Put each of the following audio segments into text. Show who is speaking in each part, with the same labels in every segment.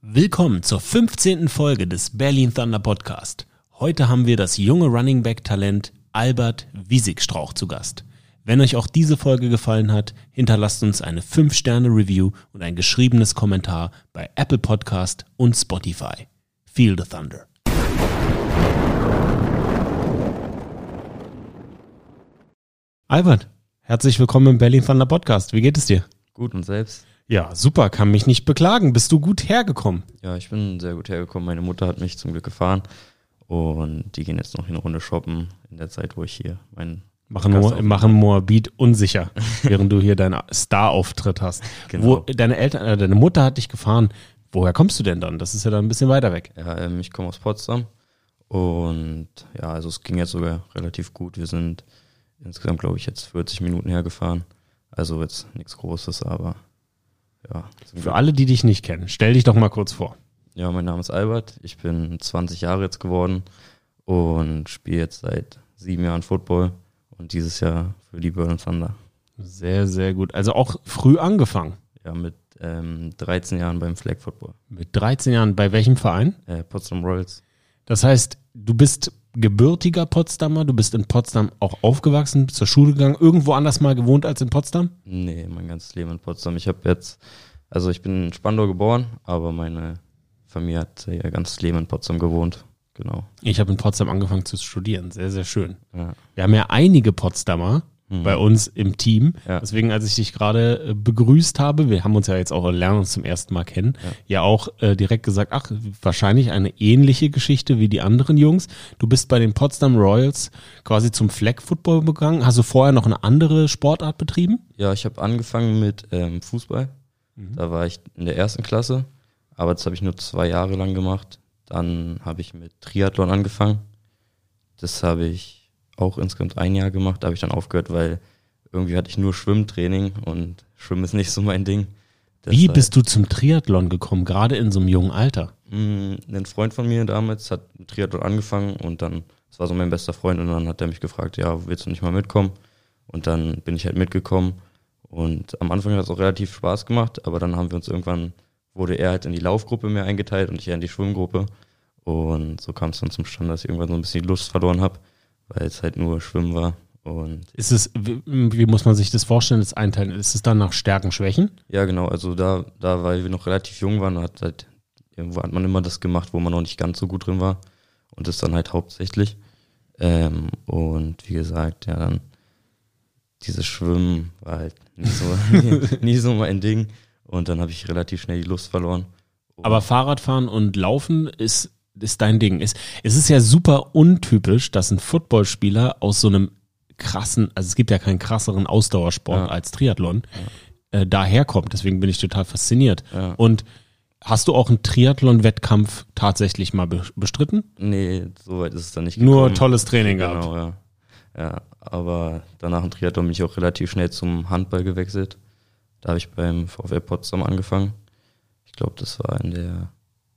Speaker 1: Willkommen zur 15. Folge des Berlin Thunder Podcast. Heute haben wir das junge Running Back Talent Albert Wiesigstrauch zu Gast. Wenn euch auch diese Folge gefallen hat, hinterlasst uns eine 5-Sterne-Review und ein geschriebenes Kommentar bei Apple Podcast und Spotify. Feel the Thunder. Albert, herzlich willkommen im Berlin Thunder Podcast. Wie geht es dir?
Speaker 2: Gut, und selbst?
Speaker 1: Ja, super, kann mich nicht beklagen. Bist du gut hergekommen?
Speaker 2: Ja, ich bin sehr gut hergekommen. Meine Mutter hat mich zum Glück gefahren und die gehen jetzt noch eine Runde shoppen in der Zeit, wo ich hier meinen
Speaker 1: Machen Moabit unsicher, während du hier deinen Star-Auftritt hast.
Speaker 2: Genau.
Speaker 1: Deine Mutter hat dich gefahren. Woher kommst du denn dann? Das ist ja dann ein bisschen weiter weg.
Speaker 2: Ja, ich komme aus Potsdam und ja, also es ging jetzt sogar relativ gut. Wir sind insgesamt, glaube ich, jetzt 40 Minuten hergefahren. Also jetzt nichts Großes, aber ja.
Speaker 1: Für alle, die dich nicht kennen, stell dich doch mal kurz vor.
Speaker 2: Ja, mein Name ist Albert. Ich bin 20 Jahre jetzt geworden und spiele jetzt seit 7 Jahren Football und dieses Jahr für die Berlin Thunder.
Speaker 1: Sehr, sehr gut. Also auch früh angefangen.
Speaker 2: Ja, mit 13 Jahren beim Flag Football.
Speaker 1: Mit 13 Jahren bei welchem Verein?
Speaker 2: Potsdam Royals.
Speaker 1: Das heißt, du bist gebürtiger Potsdamer, du bist in Potsdam auch aufgewachsen, zur Schule gegangen, irgendwo anders mal gewohnt als in Potsdam?
Speaker 2: Nee, mein ganzes Leben in Potsdam. Ich bin in Spandau geboren, aber meine Familie hat ihr ganzes Leben in Potsdam gewohnt. Genau.
Speaker 1: Ich habe in Potsdam angefangen zu studieren, sehr, sehr schön.
Speaker 2: Ja.
Speaker 1: Wir haben ja einige Potsdamer bei uns im Team. Ja. Deswegen, als ich dich gerade begrüßt habe, wir haben uns ja jetzt auch, lernen uns zum ersten Mal kennen, ja auch direkt gesagt, ach, wahrscheinlich eine ähnliche Geschichte wie die anderen Jungs. Du bist bei den Potsdam Royals quasi zum Flag Football gegangen. Hast du vorher noch eine andere Sportart betrieben?
Speaker 2: Ja, ich habe angefangen mit Fußball. Da war ich in der 1. Klasse, aber das habe ich nur 2 Jahre lang gemacht. Dann habe ich mit Triathlon angefangen. Das habe ich auch insgesamt 1 Jahr gemacht, da habe ich dann aufgehört, weil irgendwie hatte ich nur Schwimmtraining und Schwimmen ist nicht so mein Ding.
Speaker 1: Wie bist du zum Triathlon gekommen, gerade in so einem jungen Alter?
Speaker 2: Ein Freund von mir damals hat mit Triathlon angefangen und dann, das war so mein bester Freund und dann hat er mich gefragt, ja, willst du nicht mal mitkommen? Und dann bin ich halt mitgekommen und am Anfang hat es auch relativ Spaß gemacht, aber dann wurde er halt in die Laufgruppe mehr eingeteilt und ich eher in die Schwimmgruppe und so kam es dann zum Stand, dass ich irgendwann so ein bisschen die Lust verloren habe, weil es halt nur Schwimmen war. Und
Speaker 1: wie muss man sich das vorstellen, das Einteilen? Ist es dann nach Stärken, Schwächen?
Speaker 2: Ja, genau. Also da weil wir noch relativ jung waren, irgendwo hat man immer das gemacht, wo man noch nicht ganz so gut drin war. Und das dann halt hauptsächlich. Und wie gesagt, ja, dann dieses Schwimmen war halt nie so mein Ding. Und dann habe ich relativ schnell die Lust verloren.
Speaker 1: Aber Fahrradfahren und Laufen ist dein Ding. Es ist ja super untypisch, dass ein Footballspieler aus so einem krassen, also es gibt ja keinen krasseren Ausdauersport als Triathlon, daherkommt. Deswegen bin ich total fasziniert. Ja. Und hast du auch einen Triathlon-Wettkampf tatsächlich mal bestritten?
Speaker 2: Nee, so weit ist es dann nicht gekommen.
Speaker 1: Nur tolles Training gehabt.
Speaker 2: Genau, ja. Aber danach im Triathlon bin ich auch relativ schnell zum Handball gewechselt. Da habe ich beim VfL Potsdam angefangen. Ich glaube, das war in der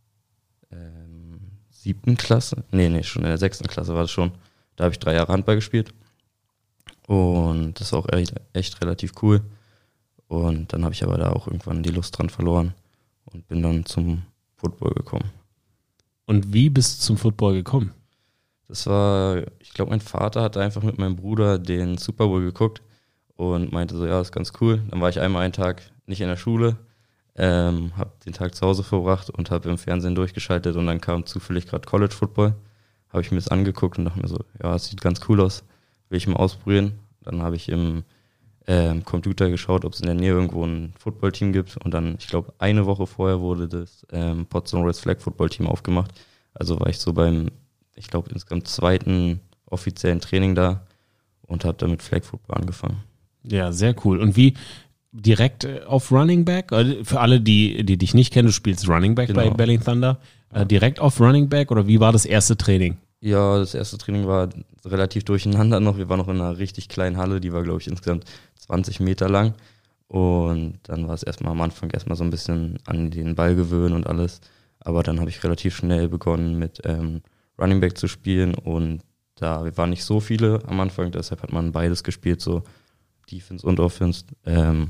Speaker 2: 7. Klasse. Nee, schon in der 6. Klasse war das schon. Da habe ich 3 Jahre Handball gespielt. Und das war auch echt relativ cool. Und dann habe ich aber da auch irgendwann die Lust dran verloren und bin dann zum Football gekommen.
Speaker 1: Und wie bist du zum Football gekommen?
Speaker 2: Das war, ich glaube, mein Vater hat einfach mit meinem Bruder den Super Bowl geguckt und meinte so, ja, ist ganz cool. Dann war ich einmal einen Tag nicht in der Schule, habe den Tag zu Hause verbracht und habe im Fernsehen durchgeschaltet und dann kam zufällig gerade College Football. Habe ich mir das angeguckt und dachte mir so, ja, das sieht ganz cool aus, will ich mal ausprobieren. Dann habe ich im Computer geschaut, ob es in der Nähe irgendwo ein Footballteam gibt und dann, ich glaube, eine Woche vorher wurde das Potsdam Royals Flag Football Team aufgemacht. Also war ich so beim, ich glaube, insgesamt 2. offiziellen Training da und habe dann mit Flag Football angefangen.
Speaker 1: Ja, sehr cool. Und wie direkt auf Running Back? Für alle, die dich nicht kennen, du spielst Running Back bei Berlin Thunder. Direkt auf Running Back oder wie war das erste Training?
Speaker 2: Ja, das erste Training war relativ durcheinander noch. Wir waren noch in einer richtig kleinen Halle, die war, glaube ich, insgesamt 20 Meter lang. Und dann war es am Anfang so ein bisschen an den Ball gewöhnen und alles. Aber dann habe ich relativ schnell begonnen mit Running Back zu spielen und wir waren nicht so viele am Anfang, deshalb hat man beides gespielt, so Defense und Offense. Und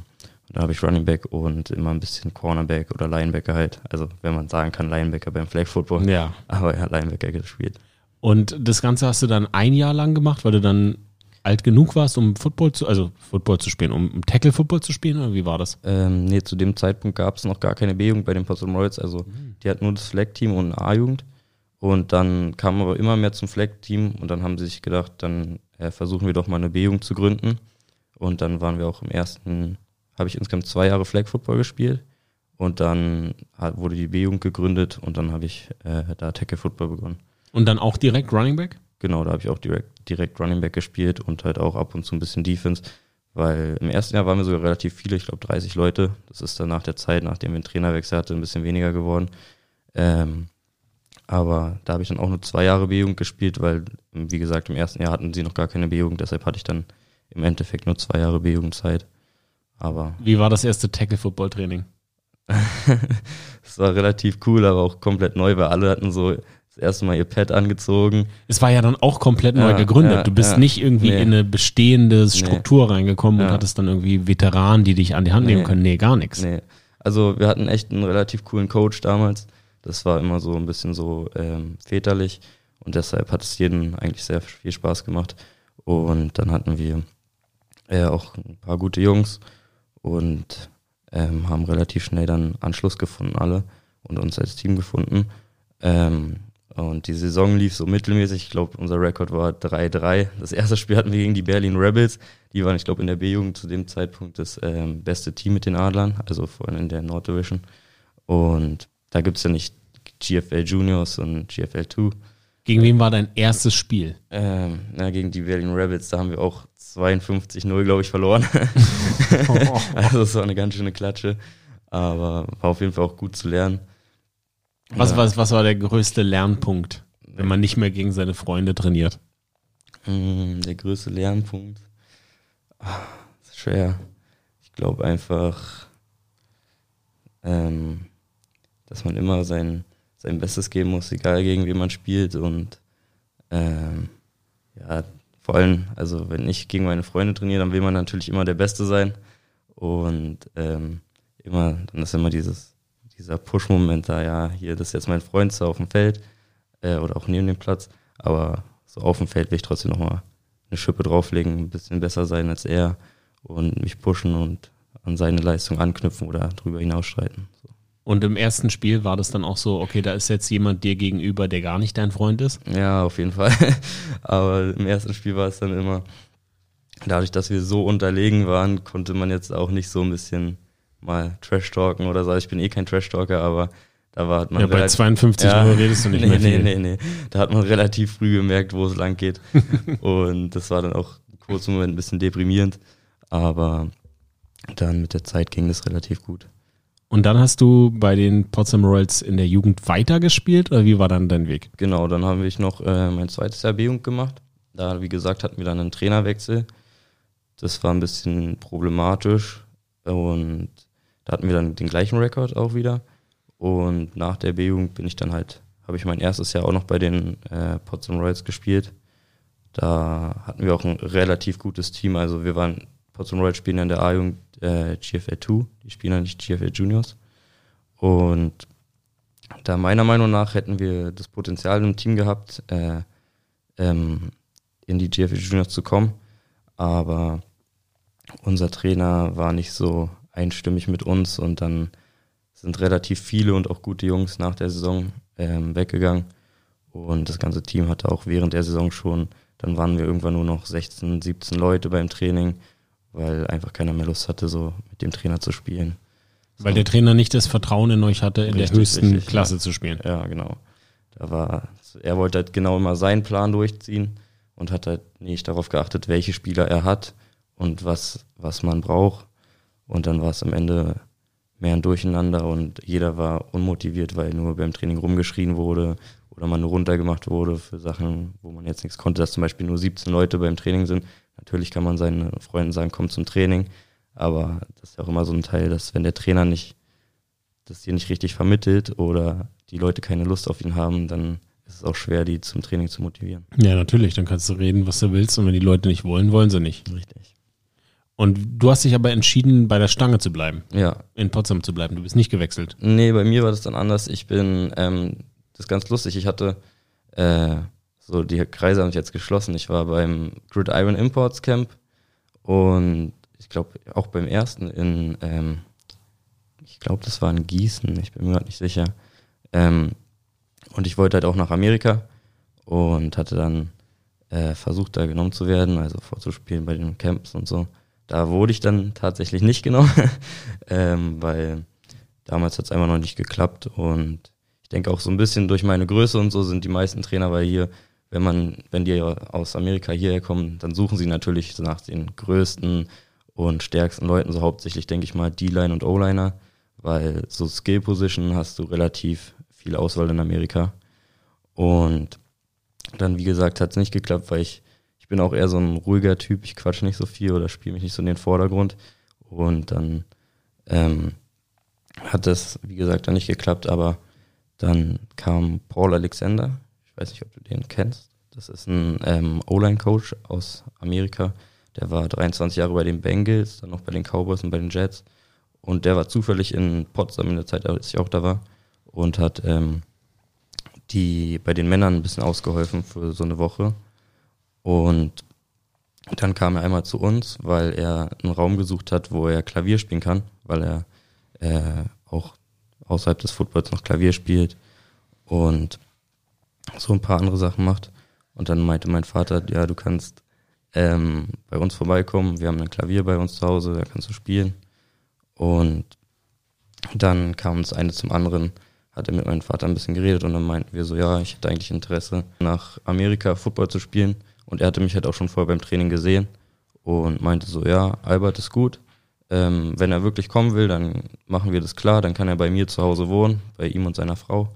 Speaker 2: Da habe ich Running Back und immer ein bisschen Cornerback oder Linebacker halt. Also wenn man sagen kann, Linebacker beim Flag Football.
Speaker 1: Ja.
Speaker 2: Aber ja, Linebacker gespielt.
Speaker 1: Und das Ganze hast du dann ein Jahr lang gemacht, weil du dann alt genug warst, um Football zu spielen, um Tackle-Football zu spielen, oder wie war das?
Speaker 2: Nee, zu dem Zeitpunkt gab es noch gar keine B-Jugend bei den Potsdam Royals. Also die hatten nur das Flag-Team und eine A-Jugend. Und dann kam aber immer mehr zum Flag-Team und dann haben sie sich gedacht, dann versuchen wir doch mal eine B-Jugend zu gründen. Und dann waren wir auch habe ich insgesamt 2 Jahre Flag-Football gespielt. Und dann wurde die B-Jugend gegründet und dann habe ich da Tackle-Football begonnen.
Speaker 1: Und dann auch direkt Running Back?
Speaker 2: Genau, da habe ich auch direkt Running Back gespielt und halt auch ab und zu ein bisschen Defense, weil im ersten Jahr waren wir sogar relativ viele, ich glaube 30 Leute. Das ist dann nach der Zeit, nachdem wir einen Trainerwechsel hatten, ein bisschen weniger geworden. Aber da habe ich dann auch nur 2 Jahre B-Jugend gespielt, weil, wie gesagt, im ersten Jahr hatten sie noch gar keine B-Jugend, deshalb hatte ich dann im Endeffekt nur 2 Jahre B-Jugendzeit. Aber
Speaker 1: wie war das erste Tackle-Football-Training?
Speaker 2: es war relativ cool, aber auch komplett neu, weil alle hatten so das erste Mal ihr Pad angezogen.
Speaker 1: Es war ja dann auch komplett neu gegründet. Du bist nicht irgendwie in eine bestehende Struktur reingekommen und hattest dann irgendwie Veteranen, die dich an die Hand nehmen können. Nee, gar nichts.
Speaker 2: Nee. Also wir hatten echt einen relativ coolen Coach damals. Das war immer so ein bisschen so väterlich und deshalb hat es jedem eigentlich sehr viel Spaß gemacht. Und dann hatten wir auch ein paar gute Jungs und haben relativ schnell dann Anschluss gefunden alle und uns als Team gefunden. Und die Saison lief so mittelmäßig. Ich glaube, unser Rekord war 3-3. Das erste Spiel hatten wir gegen die Berlin Rebels. Die waren, ich glaube, in der B-Jugend zu dem Zeitpunkt das beste Team mit den Adlern, also vor allem in der Nord Division. Und da gibt es ja nicht GFL Juniors und GFL 2.
Speaker 1: Gegen wen war dein erstes Spiel?
Speaker 2: Gegen die Berlin Rebels. Da haben wir auch 52-0, glaube ich, verloren. Also es war eine ganz schöne Klatsche. Aber war auf jeden Fall auch gut zu lernen.
Speaker 1: Was war der größte Lernpunkt, wenn man nicht mehr gegen seine Freunde trainiert?
Speaker 2: Der größte Lernpunkt? Das ist schwer. Ich glaube einfach, dass man immer sein Bestes geben muss, egal gegen wen man spielt. Und vor allem, also wenn ich gegen meine Freunde trainiere, dann will man natürlich immer der Beste sein. Und dann ist immer dieser Push-Moment da, ja, hier, das ist jetzt mein Freund so auf dem Feld oder auch neben dem Platz, aber so auf dem Feld will ich trotzdem nochmal eine Schippe drauflegen, ein bisschen besser sein als er und mich pushen und an seine Leistung anknüpfen oder drüber hinausschreiten. So.
Speaker 1: Und im ersten Spiel war das dann auch so, okay, da ist jetzt jemand dir gegenüber, der gar nicht dein Freund ist?
Speaker 2: Ja, auf jeden Fall. Aber im ersten Spiel war es dann immer, dadurch, dass wir so unterlegen waren, konnte man jetzt auch nicht so ein bisschen mal Trash-Talken oder so. Ich bin kein Trash-Talker, aber da hat man
Speaker 1: bei 52 Euro redest du nicht mehr viel.
Speaker 2: Nee. Da hat man relativ früh gemerkt, wo es lang geht. Und das war dann auch im kurzen Moment ein bisschen deprimierend. Aber dann mit der Zeit ging das relativ gut.
Speaker 1: Und dann hast du bei den Potsdam Royals in der Jugend weitergespielt oder wie war dann dein Weg?
Speaker 2: Genau, dann habe ich noch mein zweites Jahr B-Jugend gemacht. Da, wie gesagt, hatten wir dann einen Trainerwechsel. Das war ein bisschen problematisch und da hatten wir dann den gleichen Rekord auch wieder. Und nach der B-Jugend habe ich mein erstes Jahr auch noch bei den Potsdam Royals gespielt. Da hatten wir auch ein relativ gutes Team. Also Potsdam Royals spielen in der A-Jugend GFL 2, die spielen ja nicht GFL Juniors. Und da meiner Meinung nach hätten wir das Potenzial im Team gehabt, in die GFL Juniors zu kommen. Aber unser Trainer war nicht so einstimmig mit uns und dann sind relativ viele und auch gute Jungs nach der Saison weggegangen. Und das ganze Team hatte auch während der Saison dann waren wir irgendwann nur noch 16, 17 Leute beim Training, weil einfach keiner mehr Lust hatte, so mit dem Trainer zu spielen.
Speaker 1: Weil der Trainer nicht das Vertrauen in euch hatte, in der höchsten Klasse zu spielen.
Speaker 2: Ja, genau. Er wollte halt genau immer seinen Plan durchziehen und hat halt nicht darauf geachtet, welche Spieler er hat und was man braucht. Und dann war es am Ende mehr ein Durcheinander und jeder war unmotiviert, weil nur beim Training rumgeschrien wurde oder man nur runtergemacht wurde für Sachen, wo man jetzt nichts konnte, dass zum Beispiel nur 17 Leute beim Training sind. Natürlich kann man seinen Freunden sagen, komm zum Training, aber das ist ja auch immer so ein Teil, dass wenn der Trainer das dir nicht richtig vermittelt oder die Leute keine Lust auf ihn haben, dann ist es auch schwer, die zum Training zu motivieren.
Speaker 1: Ja, natürlich, dann kannst du reden, was du willst und wenn die Leute nicht wollen, wollen sie nicht.
Speaker 2: Richtig.
Speaker 1: Und du hast dich aber entschieden, bei der Stange zu bleiben.
Speaker 2: Ja.
Speaker 1: In Potsdam zu bleiben. Du bist nicht gewechselt.
Speaker 2: Nee, bei mir war das dann anders. Ich bin, das ist ganz lustig, ich hatte, so die Kreise haben sich jetzt geschlossen. Ich war beim Gridiron Imports Camp und ich glaube auch beim ersten ich glaube das war in Gießen, ich bin mir gerade nicht sicher. Und ich wollte halt auch nach Amerika und hatte dann versucht, da genommen zu werden, also vorzuspielen bei den Camps und so. Da wurde ich dann tatsächlich nicht genommen, weil damals hat es einfach noch nicht geklappt und ich denke auch so ein bisschen durch meine Größe und so sind die meisten Trainer, weil hier, wenn die aus Amerika hierher kommen, dann suchen sie natürlich nach den größten und stärksten Leuten, so hauptsächlich denke ich mal D-Line und O-Liner, weil so Skill-Position hast du relativ viel Auswahl in Amerika und dann, wie gesagt, hat es nicht geklappt, weil ich bin auch eher so ein ruhiger Typ, ich quatsche nicht so viel oder spiele mich nicht so in den Vordergrund und dann hat das, wie gesagt, dann nicht geklappt, aber dann kam Paul Alexander, ich weiß nicht, ob du den kennst, das ist ein O-Line-Coach aus Amerika, der war 23 Jahre bei den Bengals, dann noch bei den Cowboys und bei den Jets und der war zufällig in Potsdam in der Zeit, als ich auch da war und hat bei den Männern ein bisschen ausgeholfen für so eine Woche. Und dann kam er einmal zu uns, weil er einen Raum gesucht hat, wo er Klavier spielen kann, weil er auch außerhalb des Footballs noch Klavier spielt und so ein paar andere Sachen macht. Und dann meinte mein Vater, ja, du kannst bei uns vorbeikommen, wir haben ein Klavier bei uns zu Hause, da kannst du spielen. Und dann kam das eine zum anderen, hat er mit meinem Vater ein bisschen geredet und dann meinten wir so, ja, ich hätte eigentlich Interesse, nach Amerika Football zu spielen. Und er hatte mich halt auch schon vorher beim Training gesehen und meinte so, ja, Albert ist gut. Wenn er wirklich kommen will, dann machen wir das klar. Dann kann er bei mir zu Hause wohnen, bei ihm und seiner Frau.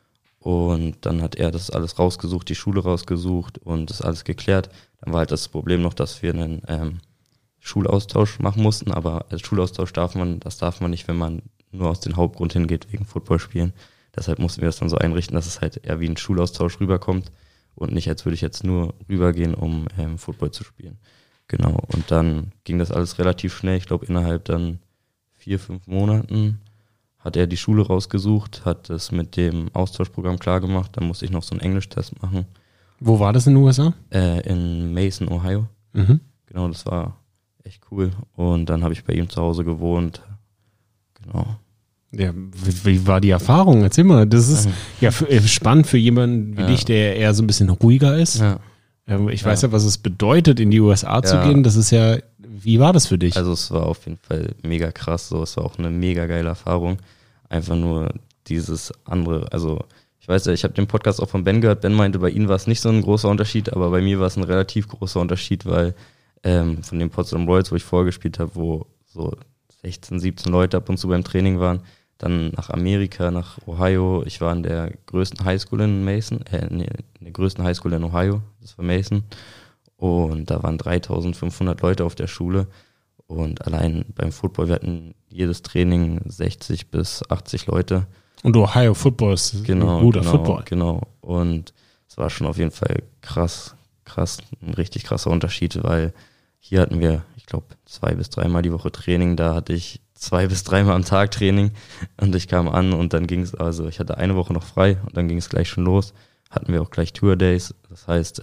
Speaker 2: Und dann hat er das alles rausgesucht, die Schule rausgesucht und das alles geklärt. Dann war halt das Problem noch, dass wir einen Schulaustausch machen mussten. Aber als Schulaustausch darf man nicht, wenn man nur aus dem Hauptgrund hingeht, wegen Footballspielen. Deshalb mussten wir das dann so einrichten, dass es halt eher wie ein Schulaustausch rüberkommt. Und nicht, als würde ich jetzt nur rübergehen, um Football zu spielen. Genau, und dann ging das alles relativ schnell. Ich glaube, innerhalb dann 4-5 Monaten hat er die Schule rausgesucht, hat es mit dem Austauschprogramm klargemacht. Dann musste ich noch so einen Englischtest machen.
Speaker 1: Wo war das in den USA?
Speaker 2: In Mason, Ohio.
Speaker 1: Mhm.
Speaker 2: Genau, das war echt cool. Und dann habe ich bei ihm zu Hause gewohnt. Genau.
Speaker 1: Ja, wie war die Erfahrung? Erzähl mal. Das ist spannend für jemanden wie dich, der eher so ein bisschen ruhiger ist.
Speaker 2: Ja.
Speaker 1: Ich weiß ja, was es bedeutet, in die USA zu gehen. Das ist ja, wie war das für dich?
Speaker 2: Also es war auf jeden Fall mega krass. So, es war auch eine mega geile Erfahrung. Einfach nur dieses andere, also ich weiß ja, ich habe den Podcast auch von Ben gehört. Ben meinte, bei ihm war es nicht so ein großer Unterschied, aber bei mir war es ein relativ großer Unterschied, weil von den Potsdam Royals, wo ich vorgespielt habe, wo so 16, 17 Leute ab und zu beim Training waren, dann nach Amerika, nach Ohio. Ich war in der größten Highschool in Mason, in der größten Highschool in Ohio, das war Mason. Und da waren 3500 Leute auf der Schule. Und allein beim Football, wir hatten jedes Training 60 bis 80 Leute.
Speaker 1: Und Ohio Football ist ein guter Football.
Speaker 2: Genau. Und es war schon auf jeden Fall krass, ein richtig krasser Unterschied, weil hier hatten wir, ich glaube, 2 bis 3 Mal die Woche Training. Da hatte ich 2 bis 3 Mal am Tag Training und ich kam an und dann ging es, also ich hatte eine Woche noch frei und dann ging es gleich schon los. Hatten wir auch gleich Tour Days. Das heißt,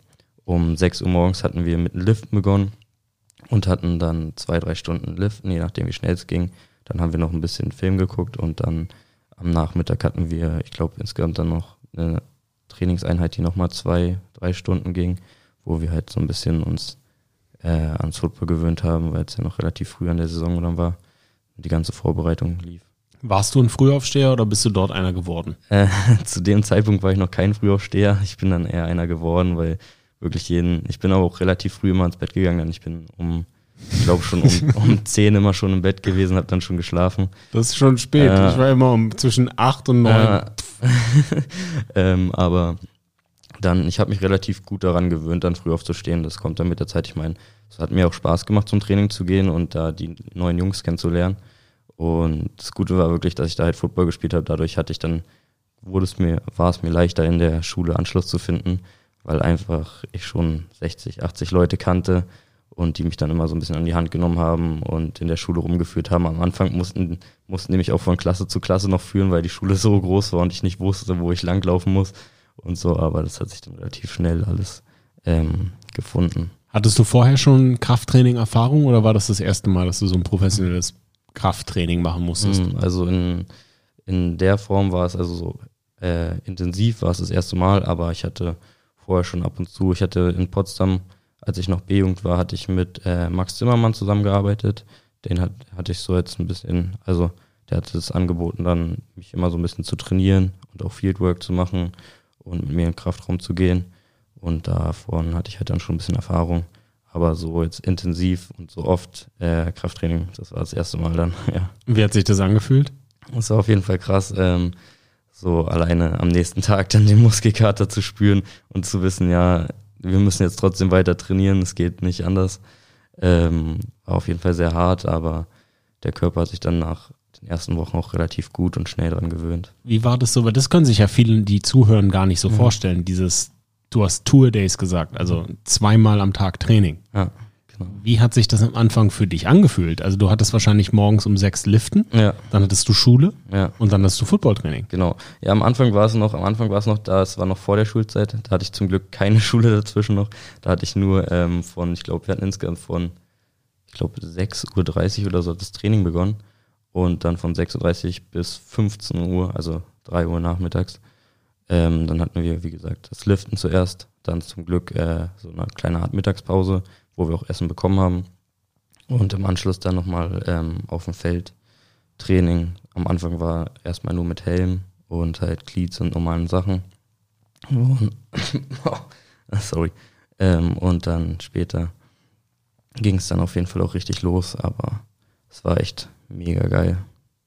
Speaker 2: um 6 Uhr morgens hatten wir mit dem Liften begonnen und hatten dann 2-3 Stunden Liften, je nachdem wie schnell es ging. Dann haben wir noch ein bisschen Film geguckt und dann am Nachmittag hatten wir, ich glaube, insgesamt dann noch eine Trainingseinheit, die nochmal 2-3 Stunden ging, wo wir halt so ein bisschen uns ans Football gewöhnt haben, weil es ja noch relativ früh an der Saison dann war und die ganze Vorbereitung lief.
Speaker 1: Warst du ein Frühaufsteher oder bist du dort einer geworden?
Speaker 2: Zu dem Zeitpunkt war ich noch kein Frühaufsteher. Ich bin dann eher einer geworden, weil wirklich ich bin aber auch relativ früh immer ins Bett gegangen. Ich bin ich glaube schon um 10 immer schon im Bett gewesen, habe dann schon geschlafen.
Speaker 1: Das ist schon spät. Ich war immer zwischen 8 und 9.
Speaker 2: Aber dann, ich habe mich relativ gut daran gewöhnt, dann früh aufzustehen. Das kommt dann mit der Zeit. Ich meine, es hat mir auch Spaß gemacht, zum Training zu gehen und da die neuen Jungs kennenzulernen. Und das Gute war wirklich, dass ich da halt Football gespielt habe. Dadurch war es mir leichter, in der Schule Anschluss zu finden, weil einfach ich schon 60, 80 Leute kannte und die mich dann immer so ein bisschen an die Hand genommen haben und in der Schule rumgeführt haben. Am Anfang mussten nämlich auch von Klasse zu Klasse noch führen, weil die Schule so groß war und ich nicht wusste, wo ich langlaufen muss und so, aber das hat sich dann relativ schnell alles gefunden.
Speaker 1: Hattest du vorher schon Krafttraining-Erfahrung oder war das erste Mal, dass du so ein professionelles Krafttraining machen musstest?
Speaker 2: Also in der Form war es also so intensiv, war es das erste Mal, aber ich hatte vorher schon ab und zu, ich hatte in Potsdam, als ich noch B-Jugend war, hatte ich mit Max Zimmermann zusammengearbeitet. Den hatte ich so jetzt ein bisschen, also der hatte es angeboten, dann mich immer so ein bisschen zu trainieren und auch Fieldwork zu machen und mit mir in den Kraftraum zu gehen. Und davon hatte ich halt dann schon ein bisschen Erfahrung. Aber so jetzt intensiv und so oft Krafttraining, das war das erste Mal dann, ja.
Speaker 1: Wie hat sich das angefühlt?
Speaker 2: Das war auf jeden Fall krass, so alleine am nächsten Tag dann den Muskelkater zu spüren und zu wissen, ja, wir müssen jetzt trotzdem weiter trainieren, es geht nicht anders. War auf jeden Fall sehr hart, aber der Körper hat sich dann nach den ersten Wochen auch relativ gut und schnell dran gewöhnt.
Speaker 1: Wie war das so? Weil das können sich ja viele, die zuhören, gar nicht so vorstellen. Du hast Tour-Days gesagt, also 2-mal am Tag Training.
Speaker 2: Ja, genau.
Speaker 1: Wie hat sich das am Anfang für dich angefühlt? Also du hattest wahrscheinlich morgens um 6 Liften,
Speaker 2: Ja,
Speaker 1: dann hattest du Schule
Speaker 2: ja.
Speaker 1: und dann hattest du Footballtraining.
Speaker 2: Genau. Ja, am Anfang war es noch, es war noch vor der Schulzeit, da hatte ich zum Glück keine Schule dazwischen noch. Da hatte ich nur wir hatten insgesamt von 6:30 Uhr oder so hat das Training begonnen und dann von 6:30 Uhr bis 15 Uhr, also 3 Uhr nachmittags. Dann hatten wir, wie gesagt, das Liften zuerst, dann zum Glück so eine kleine Art Mittagspause, wo wir auch Essen bekommen haben und im Anschluss dann nochmal auf dem Feld Training. Am Anfang war erstmal nur mit Helm und halt Cleats und normalen Sachen. Und, und dann später ging es dann auf jeden Fall auch richtig los, aber es war echt mega geil.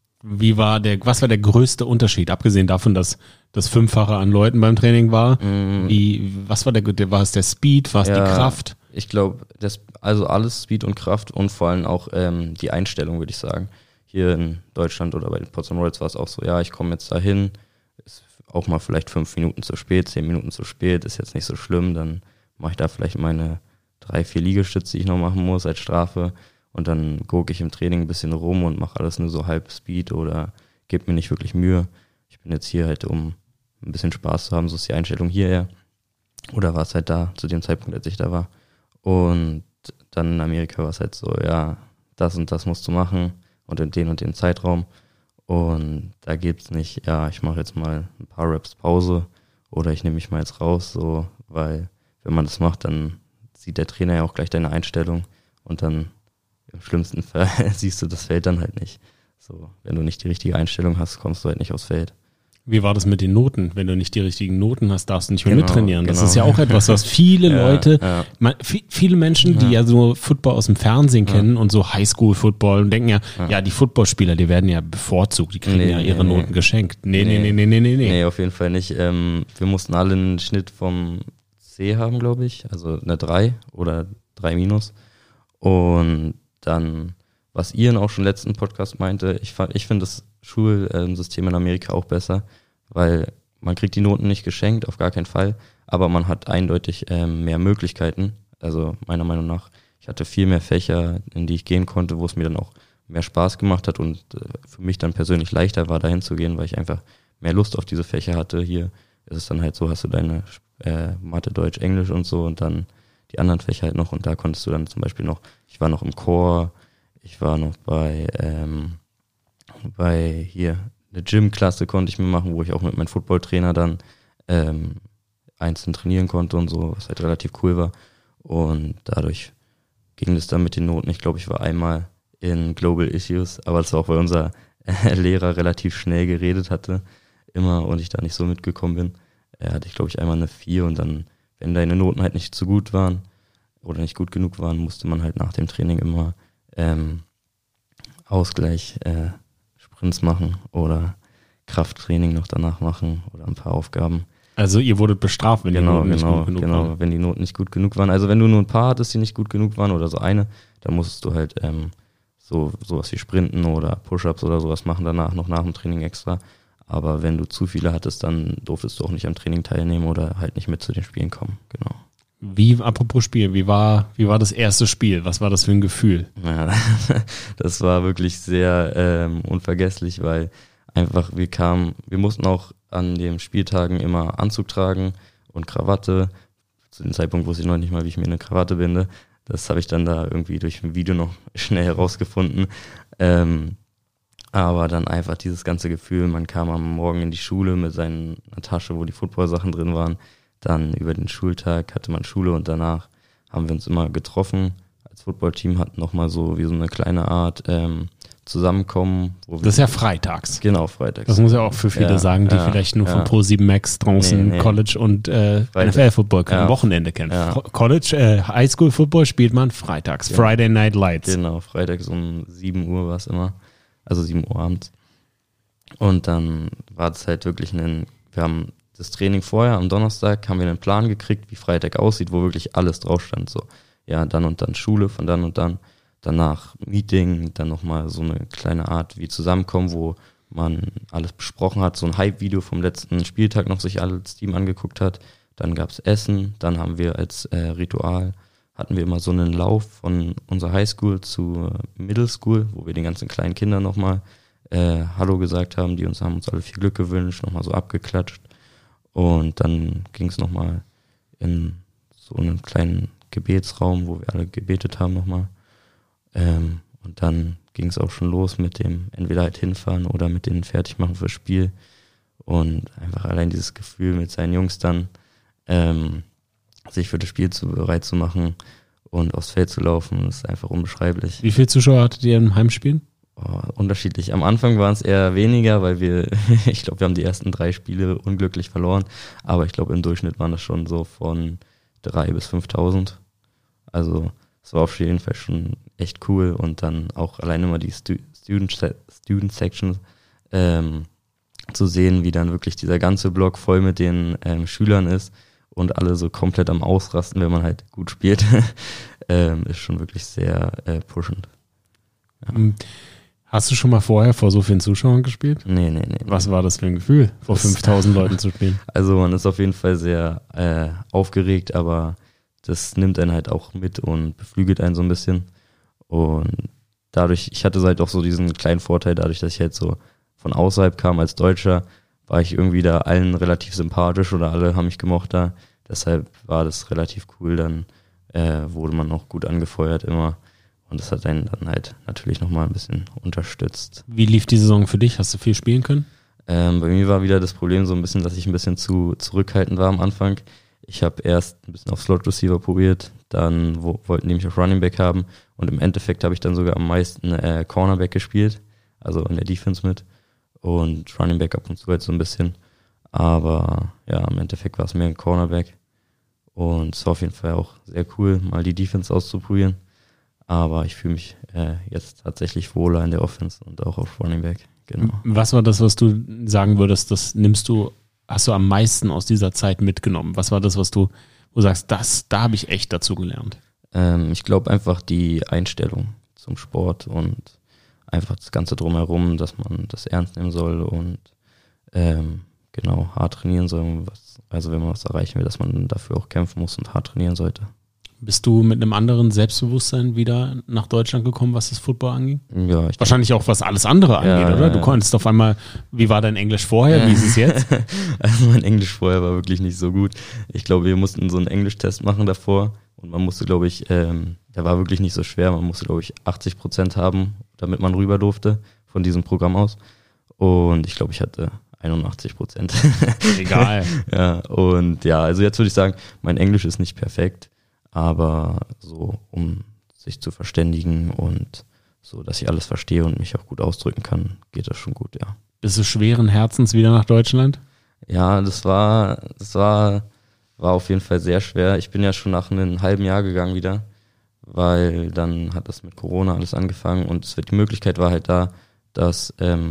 Speaker 1: Was war der größte Unterschied, abgesehen davon, dass das 5-fache an Leuten beim Training war? Was war war es der Speed, war es die Kraft?
Speaker 2: Ich glaube, also alles Speed und Kraft und vor allem auch die Einstellung, würde ich sagen. Hier in Deutschland oder bei den Potsdam Royals war es auch so, ja, ich komme jetzt dahin, ist auch mal vielleicht 5 Minuten zu spät, 10 Minuten zu spät, ist jetzt nicht so schlimm, dann mache ich da vielleicht meine 3-4 Liegestütze, die ich noch machen muss als Strafe und dann gucke ich im Training ein bisschen rum und mache alles nur so halb Speed oder gebe mir nicht wirklich Mühe. Ich bin jetzt hier halt, um ein bisschen Spaß zu haben, so ist die Einstellung hierher. Oder war es halt da, zu dem Zeitpunkt, als ich da war. Und dann in Amerika war es halt so, ja, das und das musst du machen und in den Zeitraum. Und da gibt's nicht, ja, ich mache jetzt mal ein paar Reps Pause oder ich nehme mich mal jetzt raus, so, weil wenn man das macht, dann sieht der Trainer ja auch gleich deine Einstellung und dann im schlimmsten Fall siehst du das Feld dann halt nicht. So, wenn du nicht die richtige Einstellung hast, kommst du halt nicht aufs Feld.
Speaker 1: Wie war das mit den Noten? Wenn du nicht die richtigen Noten hast, darfst du nicht mehr
Speaker 2: Genau,
Speaker 1: mittrainieren. Das
Speaker 2: genau.
Speaker 1: ist ja auch etwas, was viele Leute, viele Menschen, die ja so Football aus dem Fernsehen kennen und so Highschool-Football und denken ja, die Footballspieler, die werden ja bevorzugt, die kriegen ja ihre Noten geschenkt. Nee.
Speaker 2: Auf jeden Fall nicht. Wir mussten alle einen Schnitt vom C haben, glaube ich, also eine 3 oder 3-. Und dann, was Ian auch schon im letzten Podcast meinte, ich finde das Schulsystem in Amerika auch besser, weil man kriegt die Noten nicht geschenkt, auf gar keinen Fall, aber man hat eindeutig mehr Möglichkeiten. Also meiner Meinung nach, ich hatte viel mehr Fächer, in die ich gehen konnte, wo es mir dann auch mehr Spaß gemacht hat und für mich dann persönlich leichter war, dahin zu gehen, weil ich einfach mehr Lust auf diese Fächer hatte. Hier ist es dann halt so, hast du deine Mathe, Deutsch, Englisch und so und dann die anderen Fächer halt noch und da konntest du dann zum Beispiel noch, ich war noch im Chor, ich war noch bei hier eine Gym-Klasse konnte ich mir machen, wo ich auch mit meinem Footballtrainer dann einzeln trainieren konnte und so, was halt relativ cool war. Und dadurch ging das dann mit den Noten. Ich glaube, ich war einmal in Global Issues, aber das war auch, weil unser Lehrer relativ schnell geredet hatte immer und ich da nicht so mitgekommen bin. Hatte ich, glaube ich, einmal eine 4 und dann, wenn deine Noten halt nicht so gut waren oder nicht gut genug waren, musste man halt nach dem Training immer Ausgleich Sprints machen oder Krafttraining noch danach machen oder ein paar Aufgaben.
Speaker 1: Also ihr wurdet bestraft, wenn die Noten nicht gut genug waren.
Speaker 2: Genau, wenn die Noten nicht gut genug waren. Also wenn du nur ein paar hattest, die nicht gut genug waren oder so eine, dann musstest du halt sowas wie Sprinten oder Push-Ups oder sowas machen danach, noch nach dem Training extra. Aber wenn du zu viele hattest, dann durftest du auch nicht am Training teilnehmen oder halt nicht mit zu den Spielen kommen. Genau.
Speaker 1: Apropos Spiel, wie war das erste Spiel? Was war das für ein Gefühl?
Speaker 2: Ja, das war wirklich sehr unvergesslich, weil einfach wir mussten auch an den Spieltagen immer Anzug tragen und Krawatte. Zu dem Zeitpunkt wusste ich noch nicht mal, wie ich mir eine Krawatte binde. Das habe ich dann da irgendwie durch ein Video noch schnell herausgefunden. Aber dann einfach dieses ganze Gefühl, man kam am Morgen in die Schule mit seiner Tasche, wo die Football-Sachen drin waren. Dann über den Schultag hatte man Schule und danach haben wir uns immer getroffen. Als Footballteam hatten nochmal so wie so eine kleine Art Zusammenkommen.
Speaker 1: Das ist ja freitags.
Speaker 2: Genau, freitags.
Speaker 1: Das muss ja auch für viele sagen, die vielleicht nur von Pro7 Max draußen College und NFL-Football können, Wochenende kennen. Ja. College, Highschool-Football spielt man freitags, Friday Night Lights.
Speaker 2: Genau, freitags um 7 Uhr war es immer, also 7 Uhr abends. Und dann war es halt wirklich wir haben das Training vorher, am Donnerstag, haben wir einen Plan gekriegt, wie Freitag aussieht, wo wirklich alles drauf stand. So, ja, dann und dann Schule, von dann und dann. Danach Meeting, dann nochmal so eine kleine Art wie Zusammenkommen, wo man alles besprochen hat. So ein Hype-Video vom letzten Spieltag noch sich alles Team angeguckt hat. Dann gab es Essen. Dann haben wir als Ritual, hatten wir immer so einen Lauf von unserer Highschool zu Middle School, wo wir den ganzen kleinen Kindern nochmal Hallo gesagt haben. Haben uns alle viel Glück gewünscht, nochmal so abgeklatscht. Und dann ging es nochmal in so einen kleinen Gebetsraum, wo wir alle gebetet haben nochmal. Und dann ging es auch schon los mit dem entweder halt hinfahren oder mit denen fertig machen fürs Spiel. Und einfach allein dieses Gefühl mit seinen Jungs dann, sich für das Spiel bereit zu machen und aufs Feld zu laufen, ist einfach unbeschreiblich.
Speaker 1: Wie viele Zuschauer hattet ihr im Heimspiel?
Speaker 2: Unterschiedlich. Am Anfang waren es eher weniger, weil ich glaube, wir haben die ersten 3 Spiele unglücklich verloren. Aber ich glaube, im Durchschnitt waren das schon so von 3.000 bis 5.000. Also es war auf jeden Fall schon echt cool. Und dann auch allein immer die Student Section zu sehen, wie dann wirklich dieser ganze Block voll mit den Schülern ist und alle so komplett am Ausrasten, wenn man halt gut spielt, ist schon wirklich sehr pushend. Ja.
Speaker 1: Hast du schon mal vorher vor so vielen Zuschauern gespielt?
Speaker 2: Nee.
Speaker 1: Was war das für ein Gefühl, vor 5.000 Leuten zu spielen?
Speaker 2: Also man ist auf jeden Fall sehr aufgeregt, aber das nimmt einen halt auch mit und beflügelt einen so ein bisschen. Und dadurch, ich hatte halt auch so diesen kleinen Vorteil, dadurch, dass ich halt so von außerhalb kam als Deutscher, war ich irgendwie da allen relativ sympathisch oder alle haben mich gemocht da. Deshalb war das relativ cool, dann wurde man auch gut angefeuert immer. Und das hat einen dann halt natürlich nochmal ein bisschen unterstützt.
Speaker 1: Wie lief die Saison für dich? Hast du viel spielen können?
Speaker 2: Bei mir war wieder das Problem so ein bisschen, dass ich ein bisschen zu zurückhaltend war am Anfang. Ich habe erst ein bisschen auf Slot Receiver probiert, dann wollten die mich auf Running Back haben und im Endeffekt habe ich dann sogar am meisten Cornerback gespielt, also in der Defense mit und Running Back ab und zu halt so ein bisschen. Aber ja, im Endeffekt war es mehr ein Cornerback und es war auf jeden Fall auch sehr cool, mal die Defense auszuprobieren. Aber ich fühle mich jetzt tatsächlich wohler in der Offense und auch auf Running Back. Genau.
Speaker 1: Was war das, was du sagen würdest, hast du am meisten aus dieser Zeit mitgenommen? Was war das, wo du sagst, da habe ich echt dazu gelernt?
Speaker 2: Ich glaube einfach die Einstellung zum Sport und einfach das Ganze drumherum, dass man das ernst nehmen soll und genau hart trainieren soll. Also wenn man was erreichen will, dass man dafür auch kämpfen muss und hart trainieren sollte.
Speaker 1: Bist du mit einem anderen Selbstbewusstsein wieder nach Deutschland gekommen, was das Football anging?
Speaker 2: Ja.
Speaker 1: Wahrscheinlich auch, was alles andere angeht, oder? Du konntest auf einmal, wie war dein Englisch vorher, wie ist es jetzt?
Speaker 2: Also mein Englisch vorher war wirklich nicht so gut. Ich glaube, wir mussten so einen Englischtest machen davor und man musste, glaube ich, der war wirklich nicht so schwer, man musste, glaube ich, 80% haben, damit man rüber durfte von diesem Programm aus. Und ich glaube, ich hatte 81%.
Speaker 1: Egal.
Speaker 2: Ja, und ja, also jetzt würde ich sagen, mein Englisch ist nicht perfekt. Aber so, um sich zu verständigen und so, dass ich alles verstehe und mich auch gut ausdrücken kann, geht das schon gut, ja.
Speaker 1: Bist du schweren Herzens wieder nach Deutschland?
Speaker 2: Ja, das war auf jeden Fall sehr schwer. Ich bin ja schon nach einem halben Jahr gegangen wieder, weil dann hat das mit Corona alles angefangen und die Möglichkeit war halt da, dass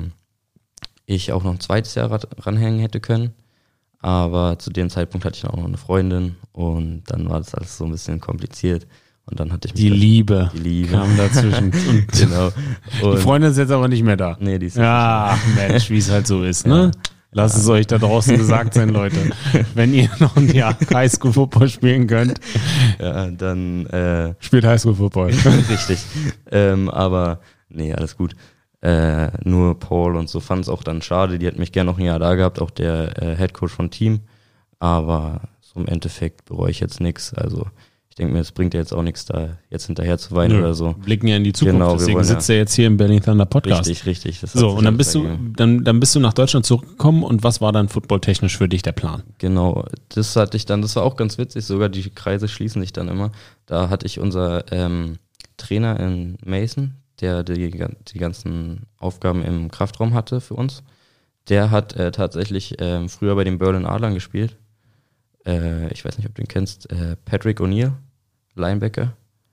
Speaker 2: ich auch noch ein zweites Jahr ranhängen hätte können. Aber zu dem Zeitpunkt hatte ich dann auch noch eine Freundin und dann war das alles so ein bisschen kompliziert und dann hatte ich mich
Speaker 1: die Liebe kam dazwischen. Und
Speaker 2: genau. Und
Speaker 1: die Freundin ist jetzt aber nicht mehr da.
Speaker 2: Nee, die ist
Speaker 1: ja, Mensch, wie es halt so ist, ne? Lasst es euch da draußen gesagt sein, Leute. Wenn ihr noch ein Jahr Highschool-Football spielen könnt,
Speaker 2: Ja, dann
Speaker 1: spielt Highschool-Football.
Speaker 2: richtig. Aber nee, alles gut. Nur Paul und so fand es auch dann schade. Die hätten mich gerne noch ein Jahr da gehabt, auch der Headcoach von Team. Aber so im Endeffekt bereue ich jetzt nichts. Also ich denke mir, es bringt ja jetzt auch nichts, da jetzt hinterher zu weinen oder so.
Speaker 1: Blicken ja in die Zukunft.
Speaker 2: Genau,
Speaker 1: Deswegen sitzt er jetzt hier im Berlin Thunder Podcast.
Speaker 2: Richtig. Das
Speaker 1: So,
Speaker 2: hat sich
Speaker 1: und dann
Speaker 2: alles
Speaker 1: bist du,
Speaker 2: ergeben.
Speaker 1: dann bist du nach Deutschland zurückgekommen und was war dann footballtechnisch für dich der Plan?
Speaker 2: Genau, das hatte ich dann, das war auch ganz witzig, sogar die Kreise schließen sich dann immer. Da hatte ich unser Trainer in Mason, der die ganzen Aufgaben im Kraftraum hatte für uns. Der hat tatsächlich früher bei den Berlin Adlern gespielt. Ich weiß nicht, ob du ihn kennst, Patrick O'Neill, Linebacker.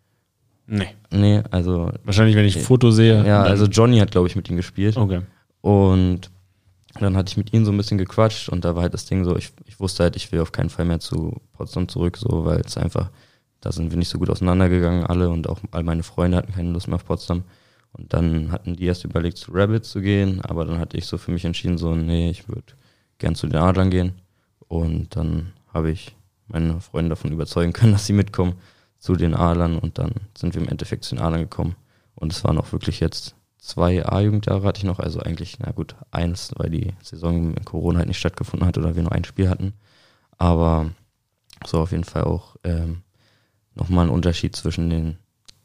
Speaker 2: Nee, also
Speaker 1: Wahrscheinlich, wenn ich ein Foto sehe.
Speaker 2: ja,
Speaker 1: dann-
Speaker 2: also Johnny hat, glaube ich, mit ihm gespielt.
Speaker 1: Okay.
Speaker 2: Und dann hatte ich mit ihm so ein bisschen gequatscht und da war halt das Ding so, ich wusste halt, ich will auf keinen Fall mehr zu Potsdam zurück, so, weil es einfach, da sind wir nicht so gut auseinandergegangen alle und auch all meine Freunde hatten keine Lust mehr auf Potsdam. Und dann hatten die erst überlegt, zu Rabbits zu gehen, aber dann hatte ich so für mich entschieden, so, nee, ich würde gern zu den Adlern gehen. Und dann habe ich meine Freunde davon überzeugen können, dass sie mitkommen zu den Adlern und dann sind wir im Endeffekt zu den Adlern gekommen. Und es waren auch wirklich jetzt 2 A-Jugendjahre hatte ich noch, also eigentlich, na gut, 1, weil die Saison in Corona halt nicht stattgefunden hat oder wir nur ein Spiel hatten. Aber so auf jeden Fall auch nochmal ein Unterschied zwischen den